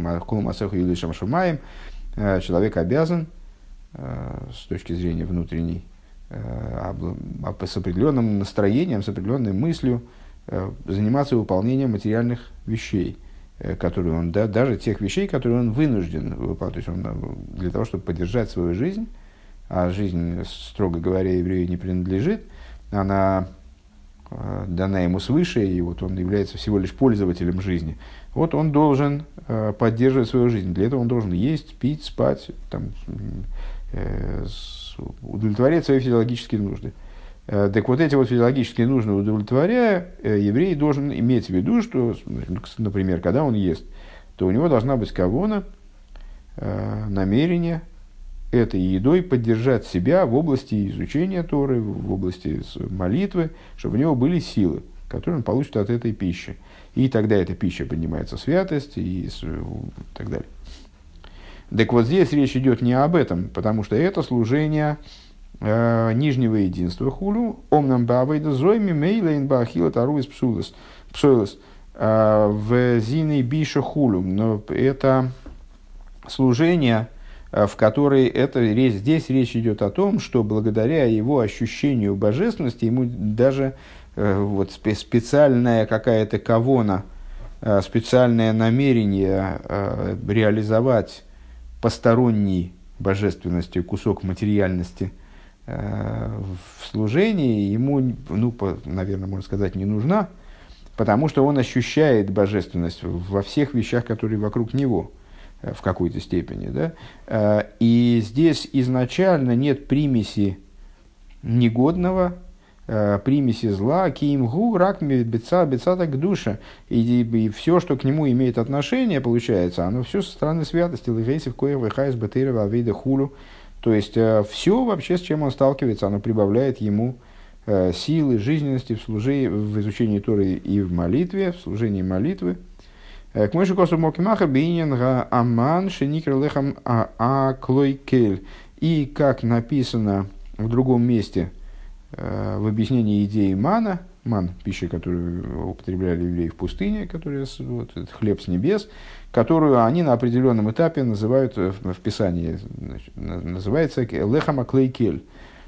человек обязан с точки зрения внутренней, с определенным настроением, с определенной мыслью заниматься выполнением материальных вещей, которые он, да, даже тех вещей, которые он вынужден выполнять. То есть он, для того, чтобы поддержать свою жизнь, а жизнь, строго говоря, еврею не принадлежит, она дана ему свыше, и вот он является всего лишь пользователем жизни. Вот он должен поддерживать свою жизнь. Для этого он должен есть, пить, спать, там, удовлетворять свои физиологические нужды. Так вот эти вот физиологические нужды удовлетворяя, еврей должен иметь в виду, что, например, когда он ест, то у него должна быть кавона, намерение этой едой поддержать себя в области изучения Торы, в области молитвы, чтобы у него были силы, которые он получит от этой пищи. И тогда эта пища поднимается в святость и так далее. Так вот здесь речь идет не об этом, потому что это служение э, нижнего единства хулю. Омнам баавейда зойми мейлейн баахила таруис псулес в зиной биша хулю. Но это служение, в которой это, речь, здесь речь идет о том, что благодаря его ощущению божественности ему даже э, вот, специальная какая-то кавона, э, специальное намерение э, реализовать посторонней божественности кусок материальности э, в служении ему, ну, по, наверное, можно сказать, не нужна, потому что он ощущает божественность во всех вещах, которые вокруг него э, в какой-то степени. Да? Э, и здесь изначально нет примеси негодного, примеси зла, киимгу, рак, беца, беца так душа. И, и, и все, что к нему имеет отношение, получается, оно все со стороны святости. Лыгейсев, коев, хайс, бетерева, авейда, хулу. То есть, все вообще, с чем он сталкивается, оно прибавляет ему силы, жизненности в, служении, в изучении Торы и в молитве, в служении молитвы. К мыши косу мокимаха бейнин га аман шеникер лехам аклойкель. И как написано в другом месте в объяснении идеи мана, ман, пища, которую употребляли евреи в пустыне, которая, вот, это хлеб с небес, которую они на определенном этапе называют в, в Писании, значит, называется лехам аклейкель.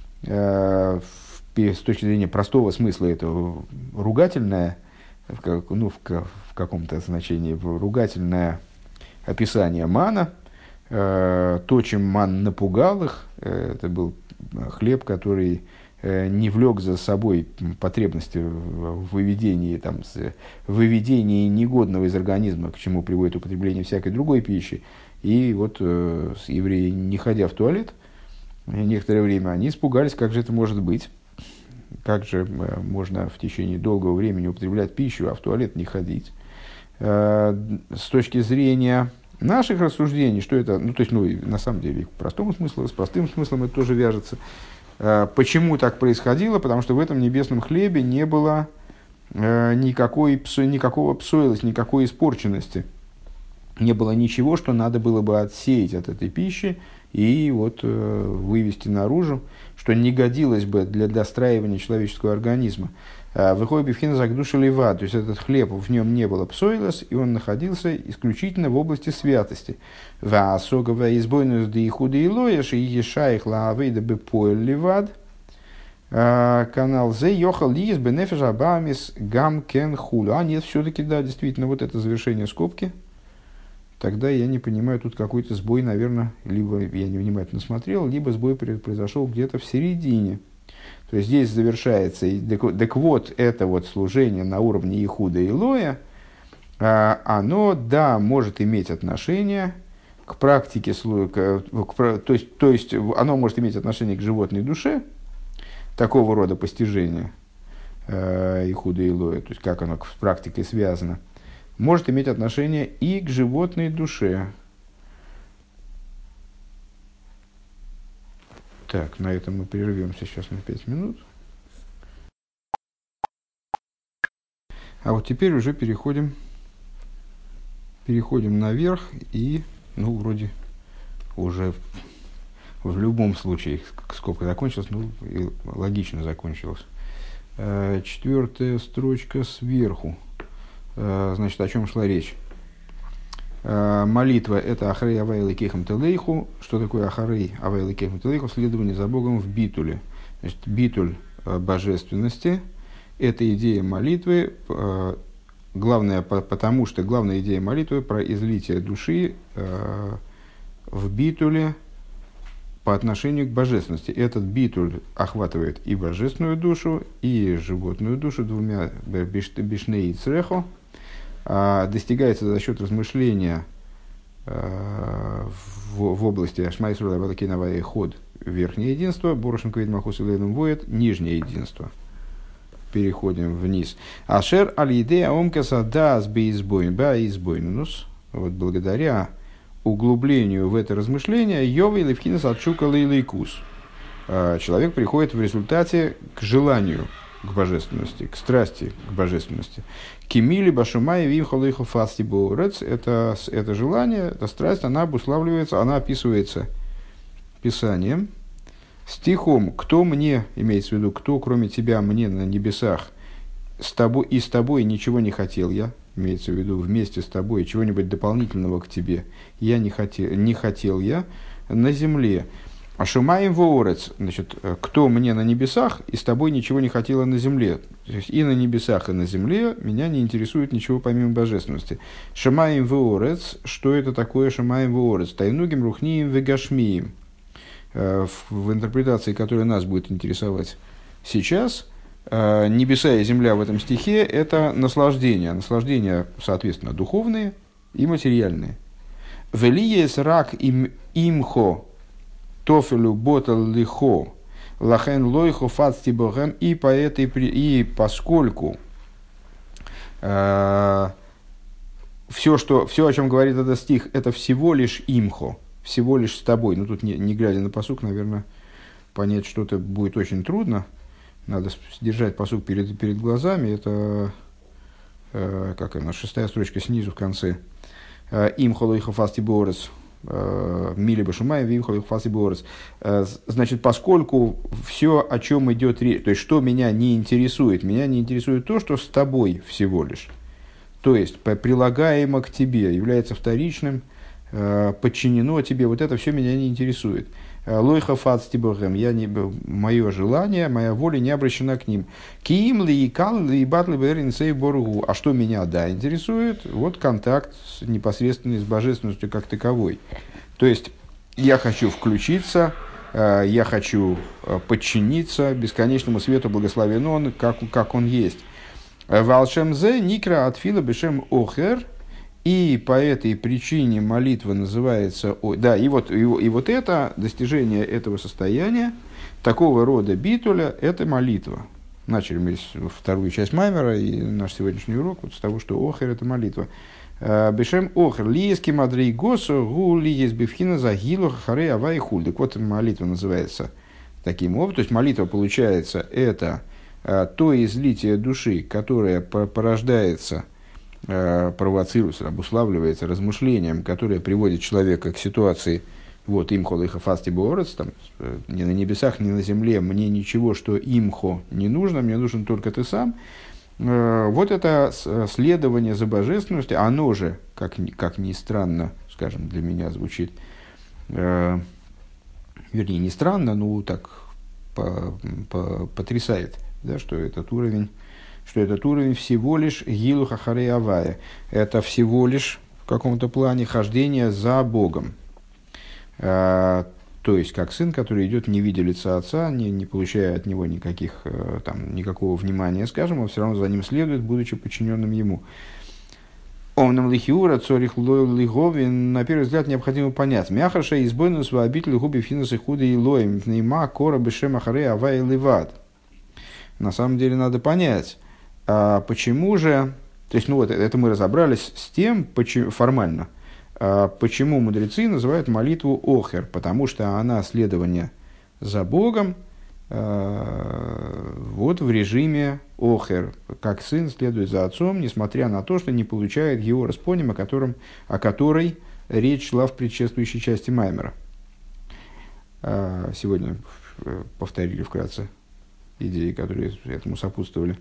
С точки зрения простого смысла это ругательное, в, ну, в, в каком-то значении ругательное описание мана. То, чем ман напугал их, это был хлеб, который не влек за собой потребности в выведении, там, в выведении негодного из организма, к чему приводит употребление всякой другой пищи. И вот евреи, не ходя в туалет, некоторое время они испугались, как же это может быть. Как же можно в течение долгого времени употреблять пищу, а в туалет не ходить. С точки зрения наших рассуждений, что это, ну, то есть, ну, на самом деле, к простому смыслу, с простым смыслом это тоже вяжется. Почему так происходило? Потому что в этом небесном хлебе не было никакой, никакого псоилос, никакой испорченности. Не было ничего, что надо было бы отсеять от этой пищи и вот вывести наружу, что не годилось бы для достраивания человеческого организма. Выходит бифхина загдуша лева, то есть этот хлеб, в нем не было псоилос, и он находился исключительно в области святости. Ваасогова избойнус да ихуда и лоеш, и ешаих лаавейда бепоэль левад. Канал зе йохал лиес бенефеш абамис гам кен хулю. А нет, все-таки, да, действительно, вот это завершение скобки. Тогда я не понимаю, тут какой-то сбой, наверное, либо я невнимательно смотрел, либо сбой произошел где-то в середине. То есть здесь завершается, так, так вот, это вот служение на уровне Ихуда и Лоя, оно, да, может иметь отношение к практике, к, к, то, есть, то есть оно может иметь отношение к животной душе, такого рода постижения Ихуда и Лоя, то есть как оно с практикой связано, может иметь отношение и к животной душе. Так, на этом мы прервемся сейчас на пять минут. А вот теперь уже переходим, переходим наверх и, ну, вроде уже в любом случае скобка закончилась, ну, и логично закончилась. Четвертая строчка сверху. Значит, о чем шла речь? Молитва – это ахарей авай кехам телейху. Что такое ахарей авай кехам телейху? Следование за Богом в битуле. Значит, битуль божественности – это идея молитвы. Главное, потому что главная идея молитвы про излитие души в битуле по отношению к божественности. Этот битуль охватывает и божественную душу, и животную душу двумя бишней и црехо. Достигается за счет размышления э, в, в области Ашмайсура Балакинова и Ход верхнее единство, Борошенко Ведьмахус и Лейном Воет нижнее единство. Переходим вниз. Ашер аль-идея омкаса дас бейзбойн баизбойнус. Вот благодаря углублению в это размышление Йовей левхинас отшука лейлейкус. Человек приходит в результате к желанию, к божественности, к страсти к божественности. Кимили башумай вимхалейху фасти боурец. Это, это желание, эта страсть, она обуславливается, она описывается Писанием, стихом «Кто мне», имеется в виду, кто кроме тебя мне на небесах, с тобой, и с тобой ничего не хотел я, имеется в виду вместе с тобой, чего-нибудь дополнительного к тебе, я не хотел, не хотел я на земле. А шумаем воорец, значит, кто мне на небесах, и с тобой ничего не хотела на земле. То есть и на небесах, и на земле меня не интересует ничего помимо божественности. Шумаем воорец, что это такое шумаем воорец? Тайнугим рухнием вегашмием. В, в интерпретации, которая нас будет интересовать сейчас, небеса и земля в этом стихе – это наслаждение. Наслаждения, соответственно, духовные и материальные. Велиес рак им имхо тофелю ботал лихо лахен лойхо фацти богем. И по этой и поскольку э, все, что, все, о чем говорит этот стих, это всего лишь имхо, всего лишь с тобой. Ну, тут, не, не глядя на пасук, наверное, понять что-то будет очень трудно. Надо держать пасук перед, перед глазами. Это э, как она, шестая строчка снизу в конце, им холойха фасти борес, мили башумай, им холойха фасти борес. Значит, поскольку все, о чем идет речь, то есть, что меня не интересует, меня не интересует то, что с тобой всего лишь. То есть, прилагаемо к тебе, является вторичным, подчинено тебе, вот это все меня не интересует. Лойха фацти богем, я не, мое желание, моя воля не обращена к ним. Киим ли и кал ли и батли берин сей боргу. А что меня, да, интересует? Вот контакт с, непосредственно с божественностью как таковой. То есть, я хочу включиться, я хочу подчиниться бесконечному свету, благословен он, как, как он есть. Валшемзе никра атфила бешем охер. И по этой причине молитва называется... Да, и вот, и, и вот это, достижение этого состояния, такого рода битуля, это молитва. Начали мы вторую часть Маймера, и наш сегодняшний урок вот с того, что охер – это молитва. Бешем охер, лиески мадрей госу, гу лиес бифхина загилу хахаре авай хуль. Так вот, молитва называется таким образом. То есть, молитва, получается, это то излитие души, которое порождается, провоцируется, обуславливается размышлением, которое приводит человека к ситуации, вот, имхо лейха фасти боорец, там, ни на небесах, ни на земле, мне ничего, что имхо не нужно, мне нужен только ты сам. Вот это следование за божественностью, оно же, как, как ни странно, скажем, для меня звучит, э, вернее, не странно, но так по, по, потрясает, да, что этот уровень, что этот уровень всего лишь гилу хахарей авая. Это всего лишь в каком-то плане хождение за Богом. А, то есть, как сын, который идет, не видя лица отца, не, не получая от него никаких, там, никакого внимания, скажем, он все равно за ним следует, будучи подчиненным ему. Омнам лихиура цорих лигови, на первый взгляд, необходимо понять. Мяхаша избойнус ва обитель губи финусы худы и лоем, нейма кора бешем ахарей авая ливад. На самом деле, надо понять, а почему же, то есть, ну вот это мы разобрались с тем, почему, формально, а почему мудрецы называют молитву охер, потому что она следование за Богом а, вот в режиме охер, как сын следует за отцом, несмотря на то, что не получает его распоним, о, котором, о которой речь шла в предшествующей части Маймера. А, сегодня повторили вкратце идеи, которые этому сопутствовали.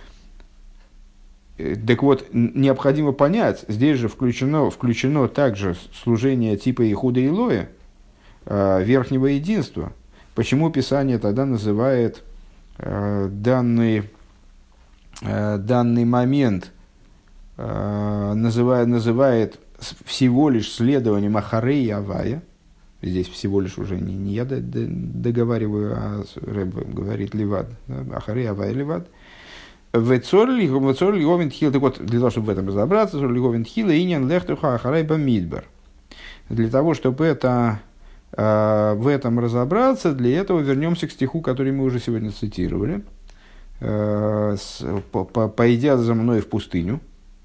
Так вот, необходимо понять, здесь же включено, включено также служение типа Ихуда Илоя, э, верхнего единства. Почему Писание тогда называет э, данный, э, данный момент, э, называет, называет всего лишь следованием Ахарей Авая? Здесь всего лишь уже не, не я договариваю, а Рэб говорит Ливад, да? Ахарей Авая Ливад. Так вот, для того, чтобы в этом разобраться, для того, чтобы это, э, в этом разобраться, для этого вернемся к стиху, который мы уже сегодня цитировали. Э, с, по, по, «Пойдя за мной в пустыню,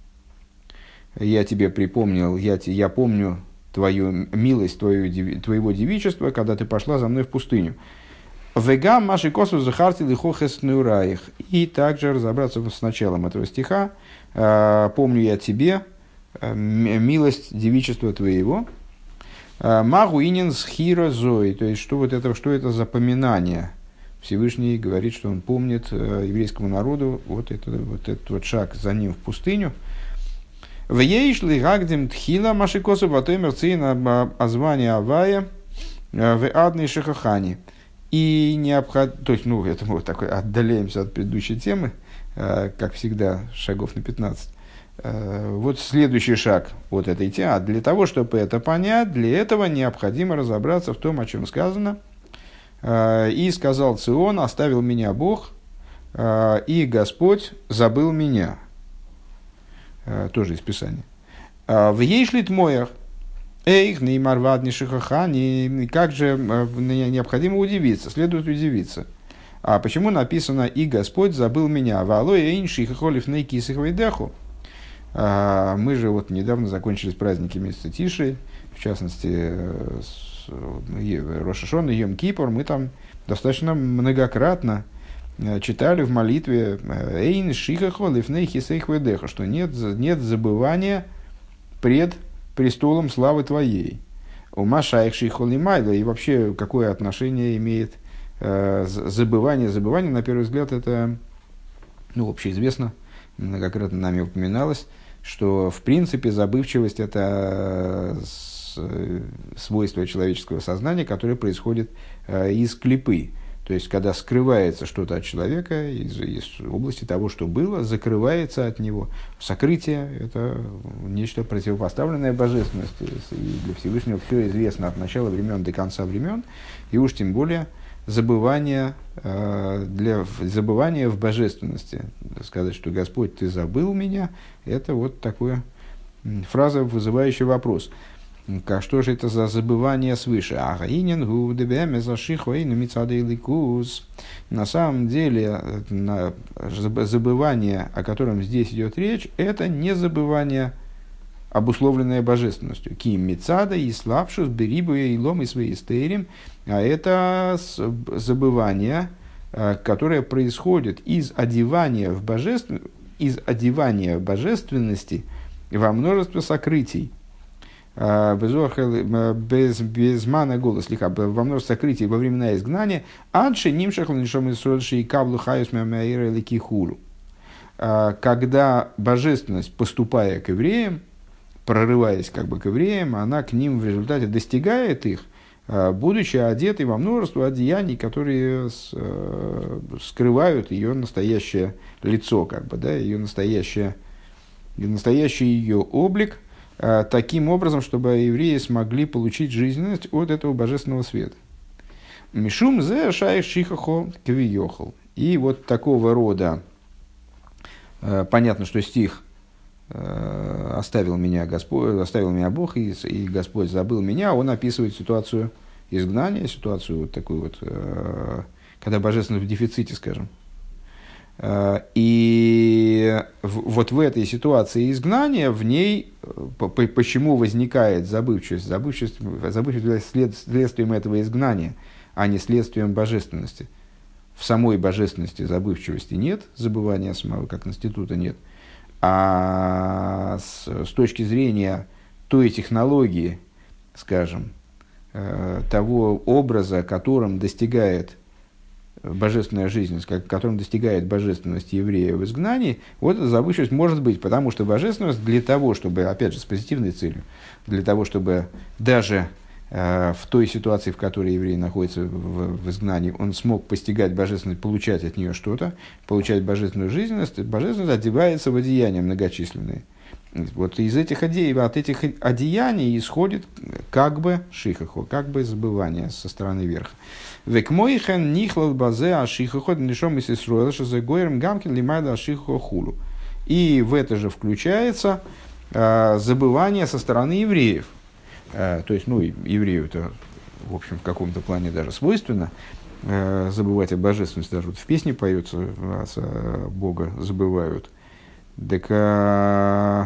я тебе припомнил, я, я помню твою милость, твою, твоего девичества, когда ты пошла за мной в пустыню». Вегам маши косу захарти лихохес нураих. И также разобраться с началом этого стиха. Помню я тебе милость девичества твоего. Магуинин схира зой. То есть, что, вот это, что это за поминание? Всевышний говорит, что он помнит еврейскому народу вот, это, вот этот вот шаг за ним в пустыню. В ейшли гагдем тхила маши косу ватоймер цина азвания авая в адной шахахани. И необходимо, то есть, ну, это мы вот такой отдаляемся от предыдущей темы, э, как всегда, шагов на пятнадцать. Э, вот следующий шаг вот этой темы. А для того, чтобы это понять, для этого необходимо разобраться в том, о чем сказано. Э, «И сказал Цион, оставил меня Бог, э, и Господь забыл меня». Э, тоже из Писания. «В ейшлит моях». Эйх, неймар вадни шихахани, как же необходимо удивиться, следует удивиться. А почему написано «И Господь забыл меня»? Валой эйн шихахолев нейкисых вейдеху. Мы же вот недавно закончили праздники месяца Тиши, в частности, Рош ха-Шана и Йом Кипур. Мы там достаточно многократно читали в молитве «Эйн шихахо лифней хисейх ведеха», что нет, нет забывания пред престолом славы твоей. У Машаих шихо лимайда, и вообще какое отношение имеет э, забывание. Забывание, на первый взгляд, это, ну, общеизвестно, многократно нами упоминалось, что в принципе забывчивость – это свойство человеческого сознания, которое происходит э, из клипы. То есть, когда скрывается что-то от человека из, из области того, что было, закрывается от него. Сокрытие – это нечто противопоставленное божественности. И для Всевышнего все известно от начала времен до конца времен. И уж тем более забывание, э, для, забывание в божественности. Сказать, что «Господь, ты забыл меня» – это вот такая фраза, вызывающая вопрос. Как, что же это за забывание свыше? На самом деле, на, забывание, о котором здесь идет речь, это не забывание, обусловленное божественностью. Ким мицада и слабшус берибуя и лом и свои стерим, а это забывание, которое происходит из одевания в божествен... из одевания божественности во множество сокрытий. Без, без мана голос лиха, во множестве сокрытий во времена изгнания, анши нимшах лнишом исрольши и каблу хаюс мямаира лики хулу. Когда божественность, поступая к евреям, прорываясь как бы к евреям, она к ним в результате достигает их, будучи одетой во множество одеяний, которые скрывают ее настоящее лицо, как бы, да, ее настоящее, настоящий ее облик, таким образом, чтобы евреи смогли получить жизненность от этого божественного света. Мишум зе шайх шихахо квиохол. И вот такого рода, понятно, что стих «оставил меня Господь, оставил меня Бог, и, и Господь забыл меня», он описывает ситуацию изгнания, ситуацию вот такую вот, когда божественность в дефиците, скажем. И вот в этой ситуации изгнания, в ней, почему возникает забывчивость? Забывчивость, забывчивость след, следствием этого изгнания, а не следствием божественности. В самой божественности забывчивости нет, забывания самого как института нет. А с, с точки зрения той технологии, скажем, того образа, которым достигает божественная жизнь, которым достигает божественность еврея в изгнании, вот эта забывчивость может быть, потому что божественность для того, чтобы, опять же, с позитивной целью, для того, чтобы даже э, в той ситуации, в которой еврей находится в, в изгнании, он смог постигать божественность, получать от нее что-то, получать божественную жизненность, божественность одевается в одеяния многочисленные. Вот из этих одеяний, от этих одеяний исходит как бы шихахо, как бы забывание со стороны верха. Векмойхен нихлал базе ашихахо нишом из Исруэла шазагоерм гамкин лимайда ашихахо хулу. И в это же включается э, забывание со стороны евреев. Э, то есть, ну, еврею это, в общем, в каком-то плане даже свойственно э, забывать о божественности. Даже вот в песне поется, а Бога забывают. Так э,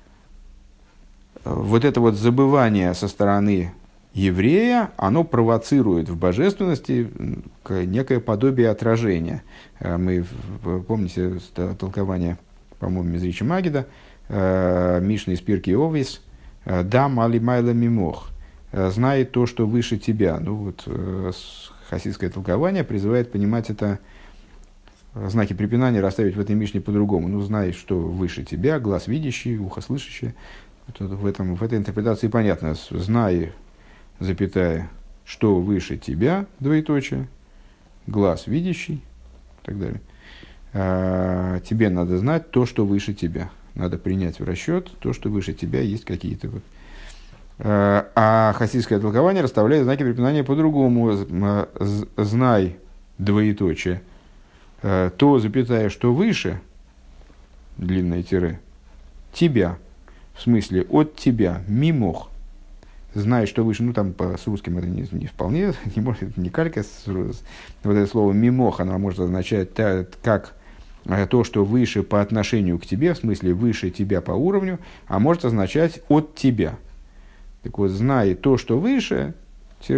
вот это вот забывание со стороны еврея, оно провоцирует в божественности некое подобие отражения. Мы, помните, толкование, по-моему, из Ричи Магида, Мишны из Пирки Овис, «Дам али майла мимох», «знает то, что выше тебя». Ну вот, хасидское толкование призывает понимать это, знаки препинания расставить в этой Мишне по-другому. Ну, знай, что выше тебя, глаз видящий, ухо слышащее. В, этом, в этой интерпретации понятно. Знай, запятая, что выше тебя, двоеточие, глаз видящий, и так далее. А, тебе надо знать то, что выше тебя. Надо принять в расчет то, что выше тебя есть какие-то вот. А, а хасидское толкование расставляет знаки препинания по-другому. Знай, двоеточие, то, запятая, что выше, длинное тире, тебя, в смысле от тебя, мимох. Знай, что выше, ну там по, с русским это не, не вполне, не может, это не калька, с, с, вот это слово мимох, оно может означать та, как то, что выше по отношению к тебе, в смысле выше тебя по уровню, а может означать от тебя. Так вот, знай то, что выше, тире,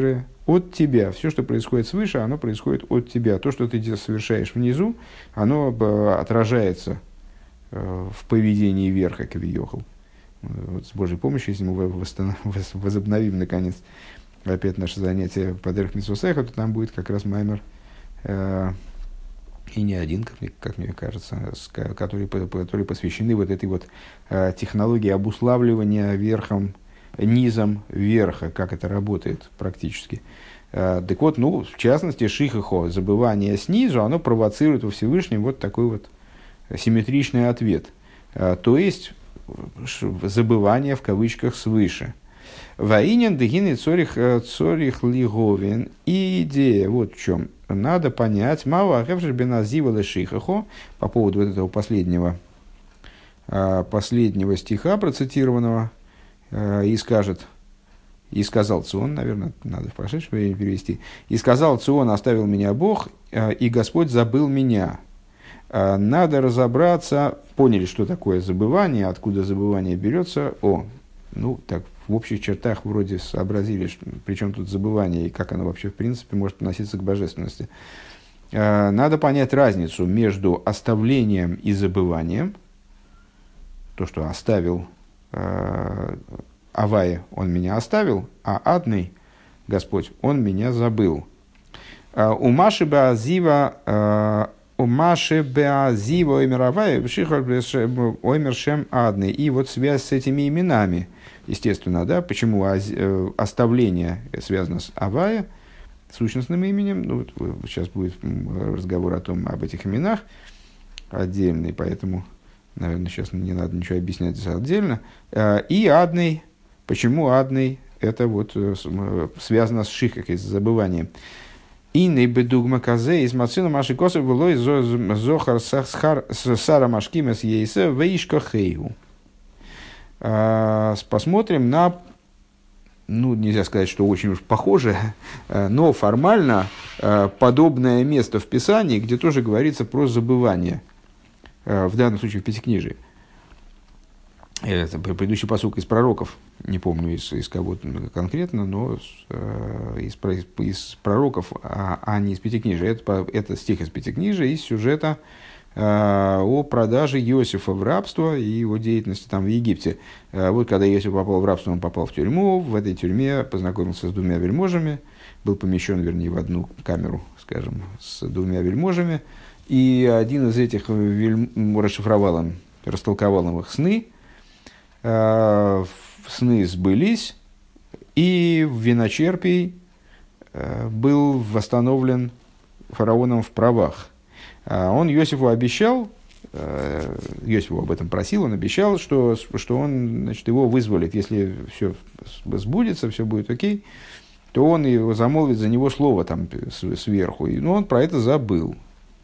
от тебя. Все, что происходит свыше, оно происходит от тебя. То, что ты совершаешь внизу, оно отражается в поведении верха, кавиохал. Вот с Божьей помощью, если мы восстанов... возобновим, наконец, опять наше занятие по Дерех Мицвот Сехот, то там будет как раз маймер, э, и не один, как мне, как мне кажется, с, которые, которые посвящены вот этой вот э, технологии обуславливания верхом, низом верха, как это работает практически. Э, так вот, ну, в частности, шихахо, забывание снизу, оно провоцирует во Всевышнем вот такой вот симметричный ответ. Э, то есть, забывание в кавычках свыше. Ваинен дегины цорих цорих лиговин. И идея вот в чем. Надо понять, мало беназива лешихахо, по поводу вот этого последнего, последнего стиха процитированного, и скажет, и сказал Цион, наверное, надо в прошедшее время перевести, и сказал Цион, оставил меня Бог, и Господь забыл меня. Надо разобраться, поняли, что такое забывание, откуда забывание берется. О, ну так, в общих чертах вроде сообразили, при чем тут забывание и как оно вообще в принципе может относиться к божественности. Надо понять разницу между оставлением и забыванием. То, что оставил Авая, он меня оставил, а Адный, Господь, он меня забыл. У Маши Баазива Умаши Беазива Оймеравая Оймершем Адный. И вот связь с этими именами, естественно, да, почему оставление связано с Авая, сущностным именем. Ну, вот, сейчас будет разговор о том, об этих именах отдельный, поэтому, наверное, сейчас не надо ничего объяснять отдельно. И Адный, почему Адный, это вот связано с шихакой, с забыванием. Инный бедугма казе из мацина маши косов было из зохар сара машкимес ейсе вейшка хейгу. Посмотрим на, ну, нельзя сказать, что очень уж похоже, но формально подобное место в Писании, где тоже говорится про забывание, в данном случае в Пятикнижии. Это предыдущий пасук из пророков, не помню из, из кого конкретно, но э, из, из пророков, а, а не из Пятикнижия. Это, это стих из Пятикнижия, из сюжета э, о продаже Иосифа в рабство и его деятельности там в Египте. Э, вот когда Иосиф попал в рабство, он попал в тюрьму, в этой тюрьме познакомился с двумя вельможами, был помещен, вернее, в одну камеру, скажем, с двумя вельможами, и один из этих вельм... расшифровал им, растолковал им их сны. Сны сбылись, и Виночерпий был восстановлен фараоном в правах. Он Иосифу обещал, Иосифу об этом просил, он обещал, что, что он, значит, его вызволит. Если все сбудется, все будет окей, то он его замолвит за него слово там сверху. Но он про это забыл.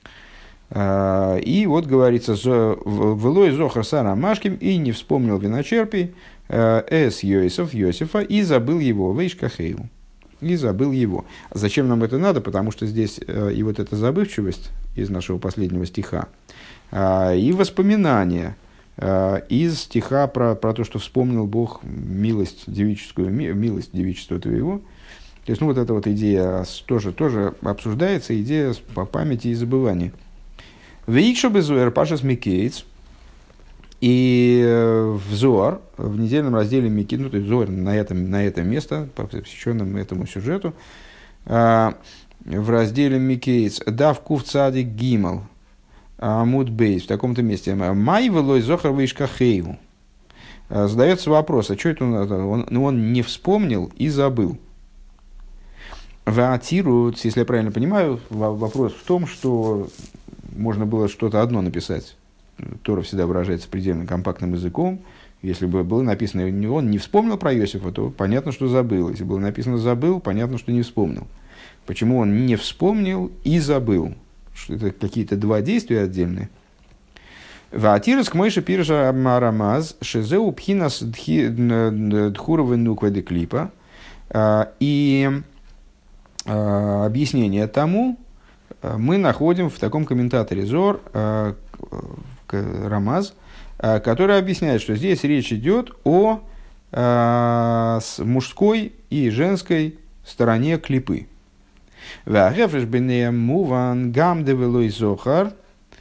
И вот говорится, «Велой зохар сара машким» и не вспомнил Виночерпий эс Йосиф, Йосифа, и забыл его, вейшка хейу, и забыл его. Зачем нам это надо? Потому что здесь и вот эта забывчивость из нашего последнего стиха, и воспоминания из стиха про, про то, что вспомнил Бог милость девическую, милость девичества твоего. То есть, ну, вот эта вот идея тоже, тоже обсуждается, идея по памяти и забывания. Вейкшо безуэр пашас микейтс. И в Зоар, в недельном разделе Микейц, ну, то есть Зоар на этом, на это место, посвященном этому сюжету, в разделе Микейц, дав кув цадик гимал, амуд бейс, в таком-то месте, май велой зохар вейшка хейву. Задается вопрос, а что это он, он, ну, он не вспомнил и забыл. Ваатируют, если я правильно понимаю, вопрос в том, что можно было что-то одно написать. Тора всегда выражается предельно компактным языком. Если бы было написано, он не вспомнил про Иосифа, то понятно, что забыл. Если было написано «забыл», понятно, что не вспомнил. Почему он не вспомнил и забыл? Что это какие-то два действия отдельные. Ваатирус к мойше пиржа марамаз шезеу пхинас дхуровы нукведы клипа. И объяснение тому мы находим в таком комментаторе Зор, Рамаз, который объясняет, что здесь речь идет о мужской и женской стороне клипы. Вагефреш бенеем муван гам девелой зохар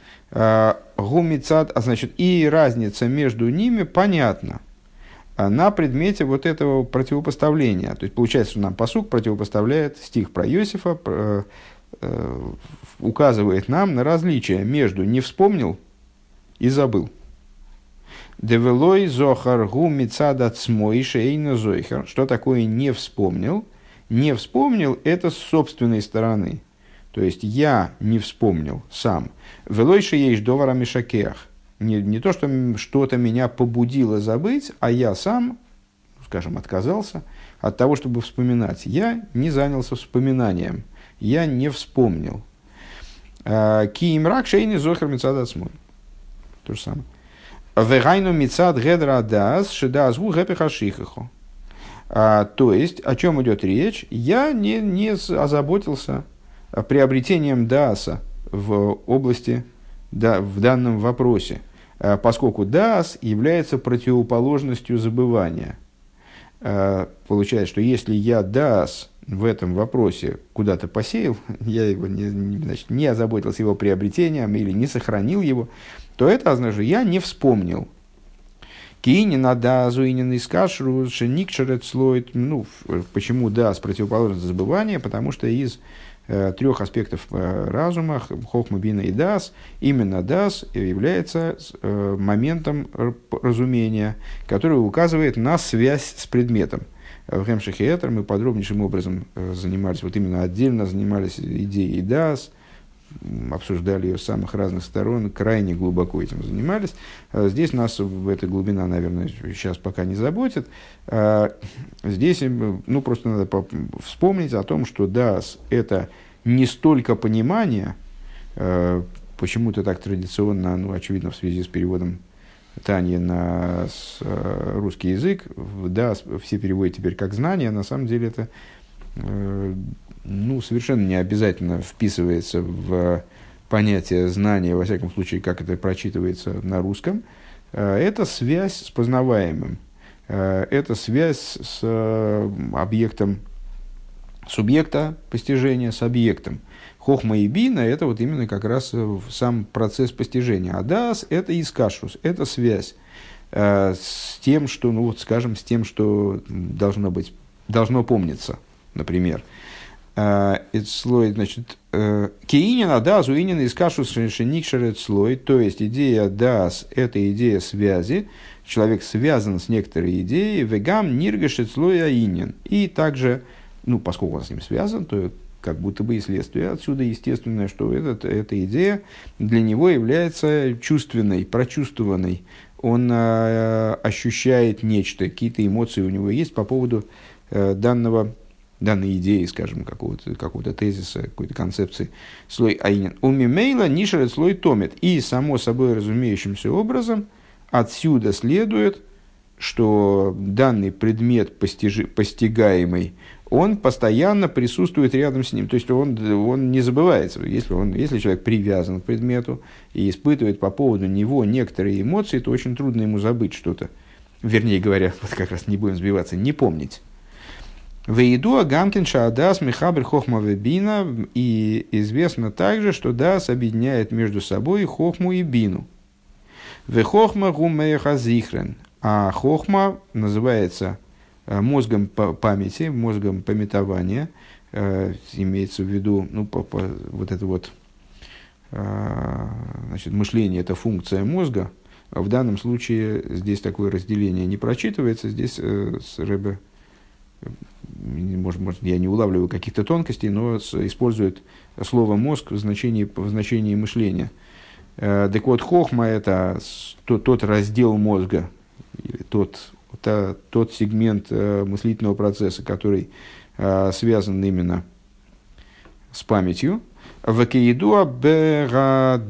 гумицад, а значит, и разница между ними понятна на предмете вот этого противопоставления. То есть получается, что нам пасук противопоставляет стих про Иосифа, э, э, указывает нам на различие между «не вспомнил» и «забыл». «Девелой зохар гу мицад ацмой шейна зойхар». Что такое «не вспомнил»? «Не вспомнил» — это с собственной стороны. То есть я не вспомнил сам. «Велой шееш довара мишакеах». Не, не то, что что-то меня побудило забыть, а я сам, скажем, отказался от того, чтобы вспоминать. Я не занялся вспоминанием. Я не вспомнил. Ки имрак шейни зохар мицад ацмой. То же самое. Вегайну мицад гедра дас шедас гу гэпихашихихо. То есть, о чем идет речь? Я не, не озаботился приобретением дааса в области, да, в данном вопросе, поскольку даас является противоположностью забывания. Получается, что если я даас в этом вопросе куда-то посеял, я его не, значит, не озаботился его приобретением или не сохранил его, то это означает, что я не вспомнил. Киини на даазу и не искашру шеникшерет слоит. Ну, почему даас противоположность забывания? Потому что из трех аспектов разума, хохма, бина и даас, именно даас является моментом разумения, который указывает на связь с предметом. В Хемшихе Этер мы подробнейшим образом занимались, вот именно отдельно занимались идеей даас, обсуждали ее с самых разных сторон, крайне глубоко этим занимались. Здесь нас в эта глубина, наверное, сейчас пока не заботит. Здесь, ну, просто надо вспомнить о том, что даас – это не столько понимание, почему-то так традиционно, ну, очевидно, в связи с переводом Тани на русский язык, даас все переводят теперь как знание, на самом деле это ну, совершенно не обязательно вписывается в понятие знания, во всяком случае, как это прочитывается на русском. Это связь с познаваемым. Это связь с объектом субъекта постижения с объектом. Хохма и бина – это вот именно как раз сам процесс постижения. А даас – это искашрус, это связь с тем, что, ну вот скажем, с тем, что должно быть, должно помниться, например. Это слой, значит, киинина даас уинина искашрус шеникшерет слой, то есть идея даас – это идея связи, человек связан с некоторой идеей, вегам ниргашет слой аинин, и также, ну, поскольку он с ним связан, то как будто бы и следствие отсюда естественное, что этот, эта идея для него является чувственной, прочувствованной. Он э, ощущает нечто, какие-то эмоции у него есть по поводу э, данного, данной идеи, скажем, какого-то, какого-то тезиса, какой-то концепции. Слой аинин. У мимейла нишерет слой томит. И, само собой разумеющимся образом, отсюда следует, что данный предмет постижи, постигаемый, он постоянно присутствует рядом с ним. То есть он, он не забывается. Если, он, если человек привязан к предмету и испытывает по поводу него некоторые эмоции, то очень трудно ему забыть что-то. Вернее говоря, вот как раз не будем сбиваться, не помнить. Вейду агамкин шаадас михабр хохма вебина. И известно также, что дас объединяет между собой хохму и бину. Вехохма гумеха зихрен. А хохма называется мозгом памяти, мозгом памятования, э, имеется в виду, ну, по, по, вот это вот, э, значит, мышление – это функция мозга. В данном случае здесь такое разделение не прочитывается. Здесь э, с Ребе, может, может, я не улавливаю каких-то тонкостей, но с, использует слово «мозг» в значении, в значении мышления. Э, так вот, хохма – это тот, тот раздел мозга, или тот Это тот сегмент э, мыслительного процесса, который э, связан именно с памятью. Вакеидуа бегад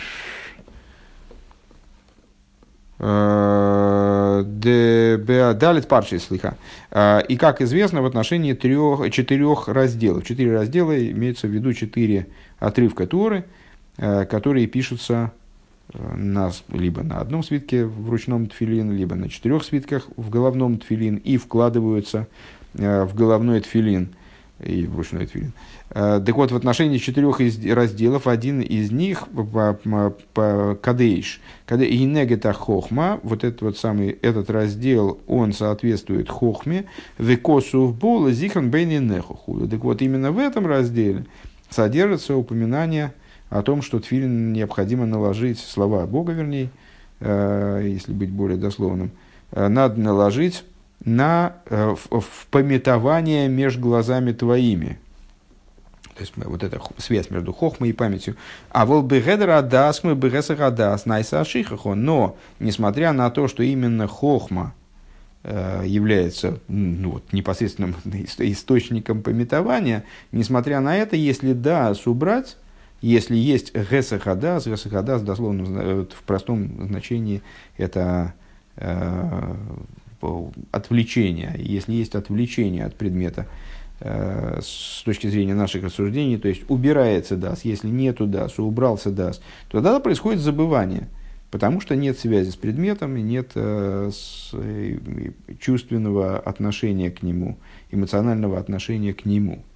далит парши слиха. И, как известно, в отношении трех, четырех разделов. Четыре раздела, имеется в виду четыре отрывка Торы, э, которые пишутся на, либо на одном свитке в ручном тфилин, либо на четырех свитках в головном тфилин и вкладываются э, в головной тфилин. и вручной тфилин. Так вот, в отношении четырех из разделов, один из них по, по, по кадейш, и негета хохма, вот этот вот самый, этот раздел, он соответствует хохме, векосу в бол, зихан бейни нехуху. Так вот, именно в этом разделе содержится упоминание о том, что тфилин необходимо наложить, слова Бога, вернее, если быть более дословным, надо наложить на, в, в пометование между глазами твоими. То есть вот эта связь между хохмой и памятью. А вол бегедер адас мы бегесах адас найса ашихахо. Но, несмотря на то, что именно хохма э, является ну, вот, непосредственным источником пометования, несмотря на это, если дас убрать, если есть гесах адас, гесах адас дословно в простом значении это э, отвлечение. Если есть отвлечение от предмета, с точки зрения наших рассуждений, то есть убирается дас, если нету дас, убрался дас, то тогда происходит забывание, потому что нет связи с предметом, и нет э, с, э, чувственного отношения к нему, эмоционального отношения к нему.